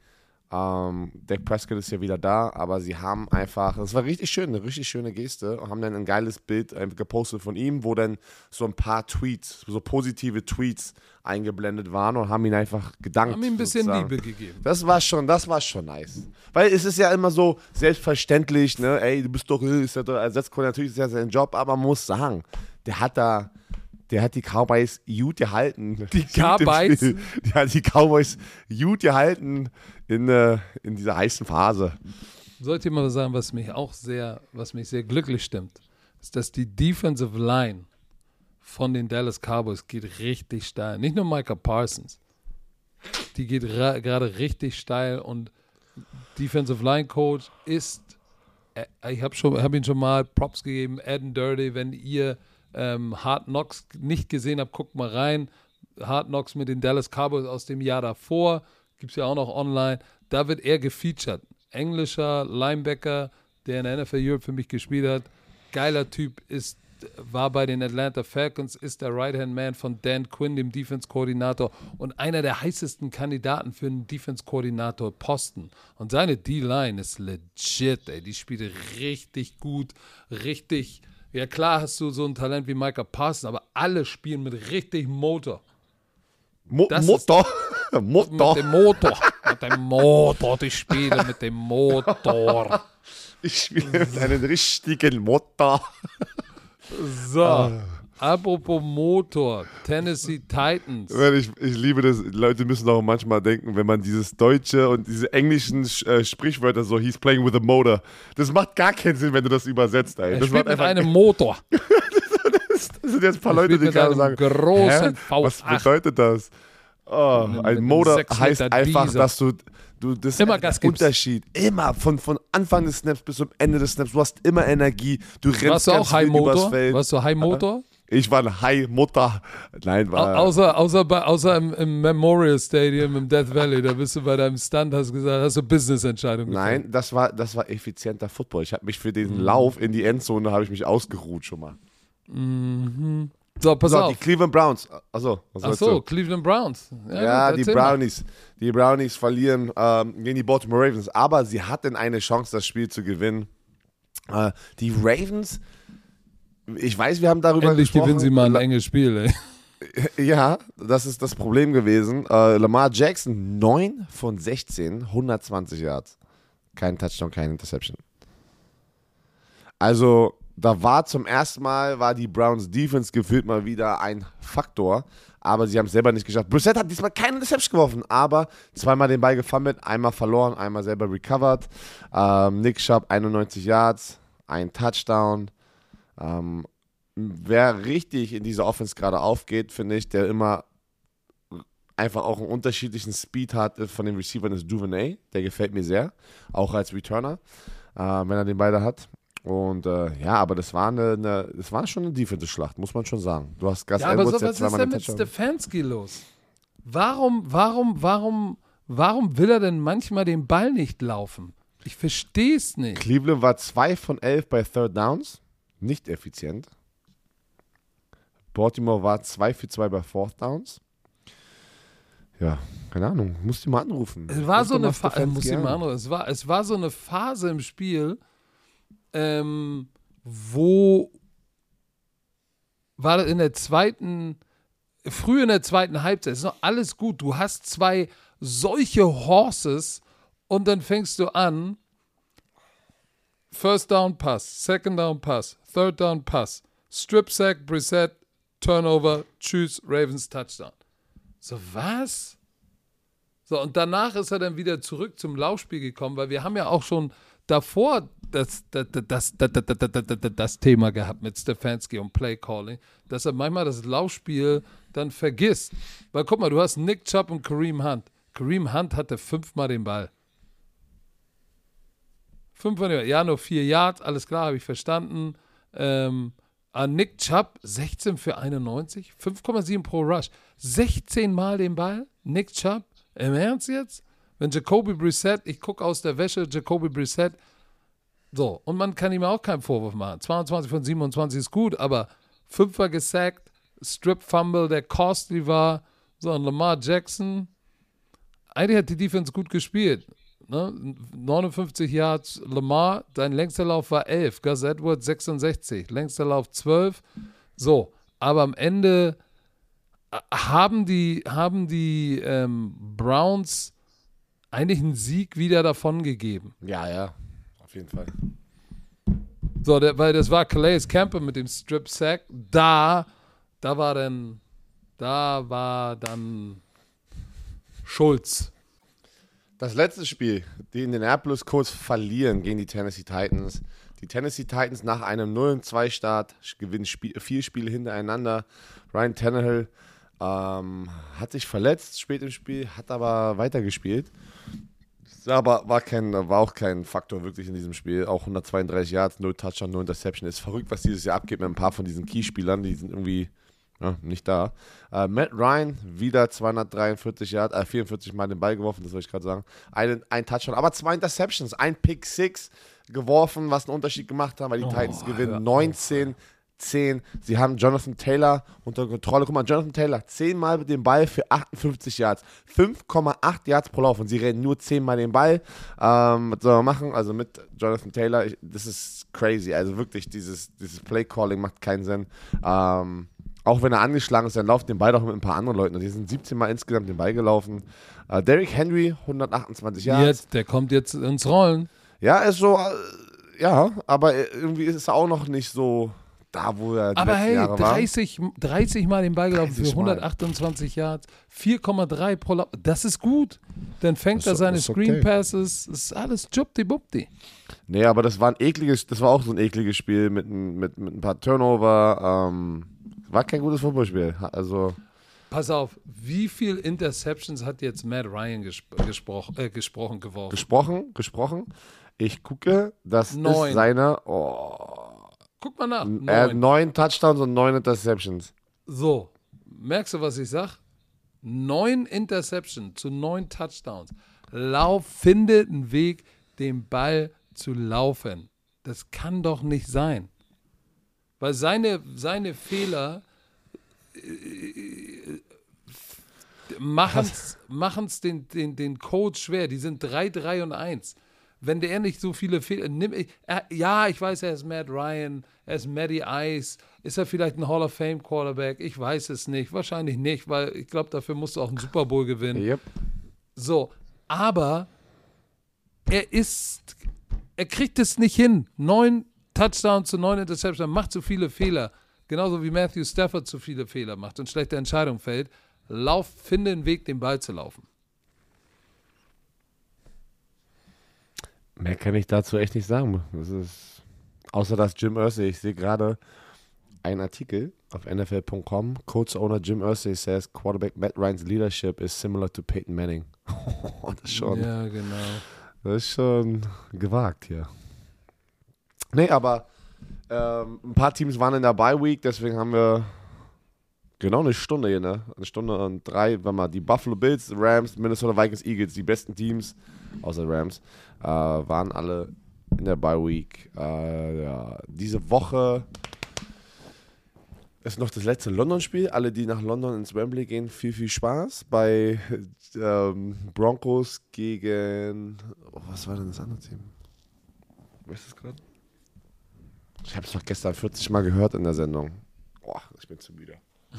Dak Prescott ist ja wieder da, aber sie haben einfach, das war richtig schön, eine richtig schöne Geste, und haben dann ein geiles Bild gepostet von ihm, wo dann so ein paar Tweets, so positive Tweets eingeblendet waren und haben ihn einfach gedankt. Haben ihm ein bisschen sozusagen. Liebe gegeben. Das war schon nice. Weil es ist ja immer so selbstverständlich, ne, ey, du bist doch, Ersatzcoach, natürlich ist ja sein Job, aber man muss sagen, der hat die Cowboys gut gehalten. Die Cowboys? Der hat die Cowboys gut gehalten in dieser heißen Phase. Soll ich dir mal sagen, was mich sehr glücklich stimmt, ist, dass die Defensive Line von den Dallas Cowboys geht richtig steil. Nicht nur Micah Parsons. Die geht gerade richtig steil, und Defensive Line Coach ist, ich hab ihn schon mal Props gegeben, Adam Dirty, wenn ihr Hard Knocks nicht gesehen habt, guckt mal rein. Hard Knocks mit den Dallas Cowboys aus dem Jahr davor, gibt es ja auch noch online. Da wird er gefeatured. Englischer Linebacker, der in der NFL Europe für mich gespielt hat. Geiler Typ, war bei den Atlanta Falcons, ist der Right-Hand-Man von Dan Quinn, dem Defense-Koordinator, und einer der heißesten Kandidaten für einen Defense-Koordinator-Posten. Und seine D-Line ist legit, ey. Die spielt richtig gut, richtig. Ja, klar hast du so ein Talent wie Micah Parsons, aber alle spielen mit richtig Motor. Motor? Mit dem Motor. Mit dem Motor. Die spielen mit dem Motor. Ich spiele mit einem richtigen Motor. So, apropos Motor. Tennessee Titans. Ich liebe das. Leute müssen auch manchmal denken, wenn man dieses deutsche und diese englischen Sprichwörter so, he's playing with a motor. Das macht gar keinen Sinn, wenn du das übersetzt. Ey. Das spielt mit einem Motor. Das sind jetzt ein paar Leute, die gerade sagen, großen V8. Was bedeutet das? Oh, ein Motor heißt einfach, dass du das immer Gas gibst. Unterschied. Immer von Anfang des Snaps bis zum Ende des Snaps. Du hast immer Energie. Du rennst Warst du auch High Motor? Warst du High Motor? Ich war ein High Mutter. Nein, war. Außer im Memorial Stadium im Death Valley, da bist du bei deinem Stunt, hast du Business-Entscheidung Nein, getroffen. das war effizienter Football. Ich habe mich für diesen Lauf in die Endzone, habe ich mich ausgeruht schon mal. Mhm. So, pass auf. Die Cleveland Browns. Achso, Cleveland Browns. Ja, die Brownies. Die Brownies verlieren gegen die Baltimore Ravens. Aber sie hatten eine Chance, das Spiel zu gewinnen. Die Ravens, ich weiß, wir haben darüber Endlich gesprochen. gewinnen sie mal ein enges Spiel, ey. Ja, das ist das Problem gewesen. Lamar Jackson, 9 von 16, 120 Yards. Kein Touchdown, keine Interception. Also, da war zum ersten Mal, war die Browns Defense gefühlt mal wieder ein Faktor, aber sie haben es selber nicht geschafft. Brissett hat diesmal keine Interception geworfen, aber zweimal den Ball gefummelt, einmal verloren, einmal selber recovered. Nick Chubb, 91 Yards, ein Touchdown. Wer richtig in dieser Offense gerade aufgeht, finde ich, der immer einfach auch einen unterschiedlichen Speed hat von den Receivern, ist Duvernay. Der gefällt mir sehr, auch als Returner, wenn er den Ball da hat. Und ja, aber das war schon eine Defensive-Schlacht, muss man schon sagen. Du hast Gus aber Edwards so, was ist denn mit Stefanski los? Warum will er denn manchmal den Ball nicht laufen? Ich verstehe es nicht. Cleveland war 2 von 11 bei Third Downs, nicht effizient. Baltimore war 2 für 2 bei Fourth Downs. Ja, keine Ahnung, musst du mal anrufen. Es war so eine Phase im Spiel, wo war das früh in der zweiten Halbzeit, ist noch alles gut, du hast zwei solche Horses und dann fängst du an, First Down Pass, Second Down Pass, Third Down Pass, Strip Sack, Brissett, Turnover, tschüss, Ravens Touchdown. So, was? So, und danach ist er dann wieder zurück zum Laufspiel gekommen, weil wir haben ja auch schon davor das Thema gehabt mit Stefanski und Play Calling, dass er manchmal das Laufspiel dann vergisst. Weil guck mal, du hast Nick Chubb und Kareem Hunt. Kareem Hunt hatte 5-mal den Ball. 5-mal den Ball. Ja, nur 4 Yards, alles klar, habe ich verstanden. Nick Chubb, 16 für 91, 5,7 pro Rush. 16 Mal den Ball, Nick Chubb. Im Ernst jetzt? Wenn Jacoby Brissett, ich gucke aus der Wäsche, Jacoby Brissett, so, und man kann ihm auch keinen Vorwurf machen. 22 von 27 ist gut, aber 5-mal gesackt, Strip-Fumble, der costly war, so, und Lamar Jackson, eigentlich hat die Defense gut gespielt. Ne? 59 Yards Lamar, sein längster Lauf war 11, Gus Edwards 66, längster Lauf 12, so, aber am Ende haben die Browns eigentlich einen Sieg wieder davon gegeben. Ja, auf jeden Fall. So, weil das war Calais Campbell mit dem Strip Sack. Da war dann Schulz. Das letzte Spiel, die Indianapolis Colts verlieren gegen die Tennessee Titans. Die Tennessee Titans nach einem 0-2-Start gewinnen 4 Spiele hintereinander. Ryan Tannehill hat sich verletzt spät im Spiel, hat aber weitergespielt. Aber war auch kein Faktor wirklich in diesem Spiel. Auch 132 Yards, 0 Touchdown, 0 Interception. Ist verrückt, was dieses Jahr abgeht mit ein paar von diesen Key-Spielern. Die sind irgendwie nicht da. Matt Ryan, wieder 243 Yards, 44 Mal den Ball geworfen, das wollte ich gerade sagen. Ein Touchdown, aber 2 Interceptions, ein Pick 6 geworfen, was einen Unterschied gemacht hat, weil die Titans gewinnen 19-10. Sie haben Jonathan Taylor unter Kontrolle. Guck mal, Jonathan Taylor 10 Mal mit dem Ball für 58 Yards. 5,8 Yards pro Lauf und sie rennen nur 10 Mal den Ball. Was soll man machen? Also mit Jonathan Taylor, das ist crazy. Also wirklich, dieses Play-Calling macht keinen Sinn. Auch wenn er angeschlagen ist, dann lauft den Ball doch mit ein paar anderen Leuten. Die sind 17 Mal insgesamt den Ball gelaufen. Derrick Henry, 128 Yards. Der kommt jetzt ins Rollen. Ja, ist so, aber irgendwie ist es auch noch nicht so da, wo er die letzten Jahre war. 30 Mal den Ball gelaufen für 128 Yards, 4,3 pro Lauf. Das ist gut. Dann fängt er seine Screen Passes. Das ist alles Jubdi-Bubdi. Nee, aber das war auch so ein ekliges Spiel mit ein paar Turnover. War kein gutes Footballspiel. Also pass auf, wie viel Interceptions hat jetzt Matt Ryan geworfen? Gesprochen. Ich gucke, das 9. ist seine. Guck mal nach. Er hat 9. 9 Touchdowns und 9 Interceptions. So, merkst du, was ich sag? 9 Interceptions zu 9 Touchdowns. Finde einen Weg, den Ball zu laufen. Das kann doch nicht sein. Weil seine Fehler machen es den Coach schwer. Die sind 3-3-1. Wenn der nicht so viele Fehler nimmt, ich weiß, er ist Matt Ryan, er ist Matty Ice, ist er vielleicht ein Hall of Fame Quarterback? Ich weiß es nicht, wahrscheinlich nicht, weil ich glaube, dafür musst du auch einen Super Bowl gewinnen. Yep. So, aber er kriegt es nicht hin. 9 Touchdowns zu 9 Interceptions, macht zu viele Fehler. Genauso wie Matthew Stafford zu viele Fehler macht und schlechte Entscheidungen fällt. Finde einen Weg, den Ball zu laufen. Mehr kann ich dazu echt nicht sagen. Außer dass Jim Irsay, ich sehe gerade einen Artikel auf NFL.com. Colts owner Jim Irsay says Quarterback Matt Ryan's leadership is similar to Peyton Manning. Das ist schon, ja, genau. Das ist schon gewagt hier. Nee, aber ein paar Teams waren in der Bye-Week, deswegen haben wir genau eine Stunde hier, ne? Eine Stunde und 3, wenn man die Buffalo Bills, Rams, Minnesota Vikings, Eagles, die besten Teams, außer Rams, waren alle in der Bye-Week. Diese Woche ist noch das letzte London-Spiel. Alle, die nach London ins Wembley gehen, viel Spaß. Bei Broncos gegen, was war denn das andere Team? Weißt du es gerade? Ich habe es doch gestern 40 Mal gehört in der Sendung. Boah, ich bin zu müde.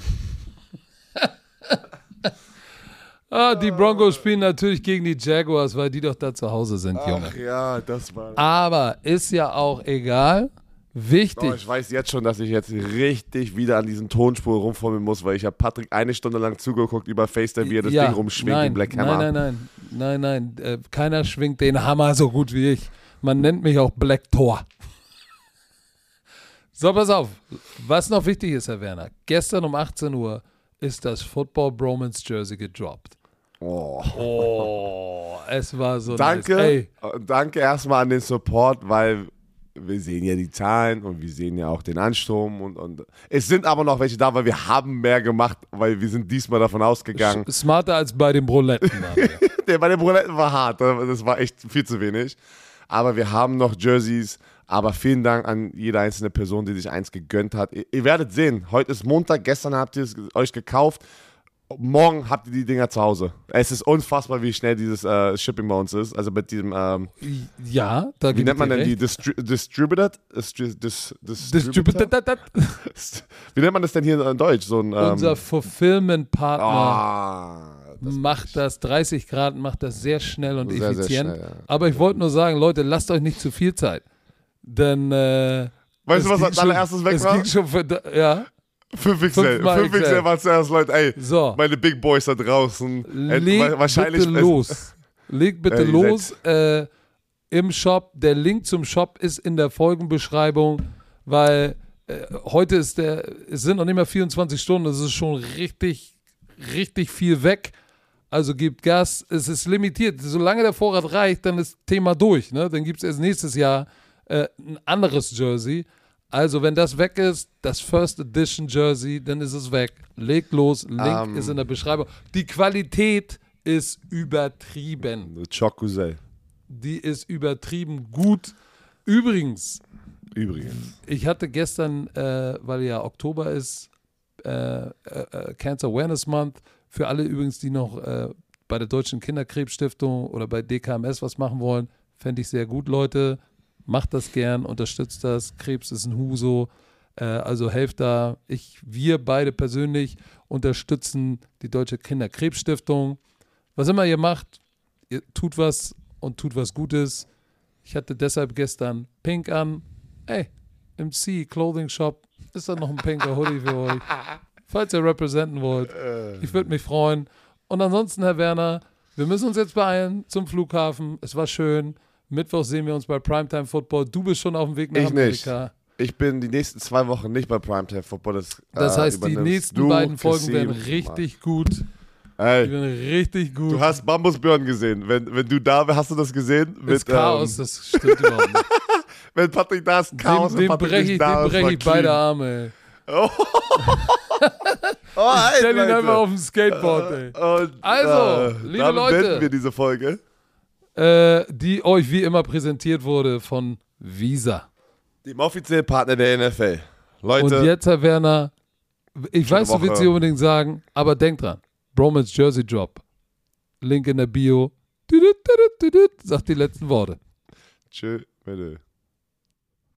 Die Broncos spielen natürlich gegen die Jaguars, weil die doch da zu Hause sind, Junge. Ach ja, das war... Aber ist ja auch egal. Wichtig. Oh, ich weiß jetzt schon, dass ich jetzt richtig wieder an diesen Tonspuren rumfummeln muss, weil ich habe Patrick eine Stunde lang zugeguckt über FaceTime, wie er das Ding rumschwingt, den Black Hammer. Nein. Keiner schwingt den Hammer so gut wie ich. Man nennt mich auch Black Thor. So, pass auf. Was noch wichtig ist, Herr Werner. Gestern um 18 Uhr ist das Football Bromance Jersey gedroppt. Oh, es war so danke, nice. Ey. Danke erstmal an den Support, weil wir sehen ja die Zahlen und wir sehen ja auch den Ansturm und es sind aber noch welche da, weil wir haben mehr gemacht, weil wir sind diesmal davon ausgegangen. Smarter als bei den Bruletten waren wir. Der bei den Bruletten war hart, das war echt viel zu wenig. Aber wir haben noch Jerseys, aber vielen Dank an jede einzelne Person, die sich eins gegönnt hat. Ihr werdet sehen, heute ist Montag, gestern habt ihr es euch gekauft, morgen habt ihr die Dinger zu Hause. Es ist unfassbar, wie schnell dieses Shipping bei uns ist. Also mit diesem, ja, da wie nennt man denn recht. die? Distributed? Wie nennt man das denn hier in Deutsch? So ein, unser Fulfillment-Partner macht das 30 Grad, macht das sehr schnell und sehr, effizient. sehr schnell, ja. Aber ich wollte nur sagen, Leute, lasst euch nicht zu viel Zeit. Denn weißt du, was als allererstes weg war? Es ging schon ja. 5XL war zuerst, Leute, ey, so. meine Big Boys da draußen. Wahrscheinlich Legt bitte los im Shop. Der Link zum Shop ist in der Folgenbeschreibung, weil heute es sind noch nicht mehr 24 Stunden, es ist schon richtig viel weg. Also gebt Gas, es ist limitiert. Solange der Vorrat reicht, dann ist Thema durch. Ne? Dann gibt es erst nächstes Jahr ein anderes Jersey. Also wenn das weg ist, das First Edition Jersey, dann ist es weg. Legt los, Link ist in der Beschreibung. Die Qualität ist übertrieben. Die ist übertrieben gut. Übrigens, ich hatte gestern, weil ja Oktober ist, Cancer Awareness Month, für alle übrigens, die noch bei der Deutschen Kinderkrebsstiftung oder bei DKMS was machen wollen, fände ich sehr gut, Leute. Macht das gern, unterstützt das. Krebs ist ein Huso, also helft da. Wir beide persönlich unterstützen die Deutsche Kinderkrebsstiftung. Was immer ihr macht, ihr tut was und tut was Gutes. Ich hatte deshalb gestern Pink an. Ey, im Clothing Shop ist da noch ein pinker Hoodie für euch. Falls ihr representen wollt. Ich würde mich freuen. Und ansonsten, Herr Werner, wir müssen uns jetzt beeilen zum Flughafen. Es war schön. Mittwoch sehen wir uns bei Primetime Football. Du bist schon auf dem Weg nach Amerika. Nicht. Ich bin die nächsten 2 Wochen nicht bei Primetime Football. Das heißt, die nächsten beiden Folgen werden richtig gut. Ey, bin richtig gut. du hast Bambus Burn gesehen. Wenn du da wärst, hast du das gesehen? Das Chaos, das stimmt überhaupt nicht. Wenn Patrick da ist, ein Chaos. Dem breche ich beide Arme, ey. Oh, Ich stell ihn einfach auf dem Skateboard, ey. Also, liebe damit Leute. beenden wir diese Folge. Die euch wie immer präsentiert wurde von Visa. Dem offiziellen Partner der NFL. Leute. Und jetzt, Herr Werner, ich weiß, du willst sie unbedingt sagen, aber denk dran. Bromance Jersey Drop. Link in der Bio. Sagt die letzten Worte. Tschö, bitte.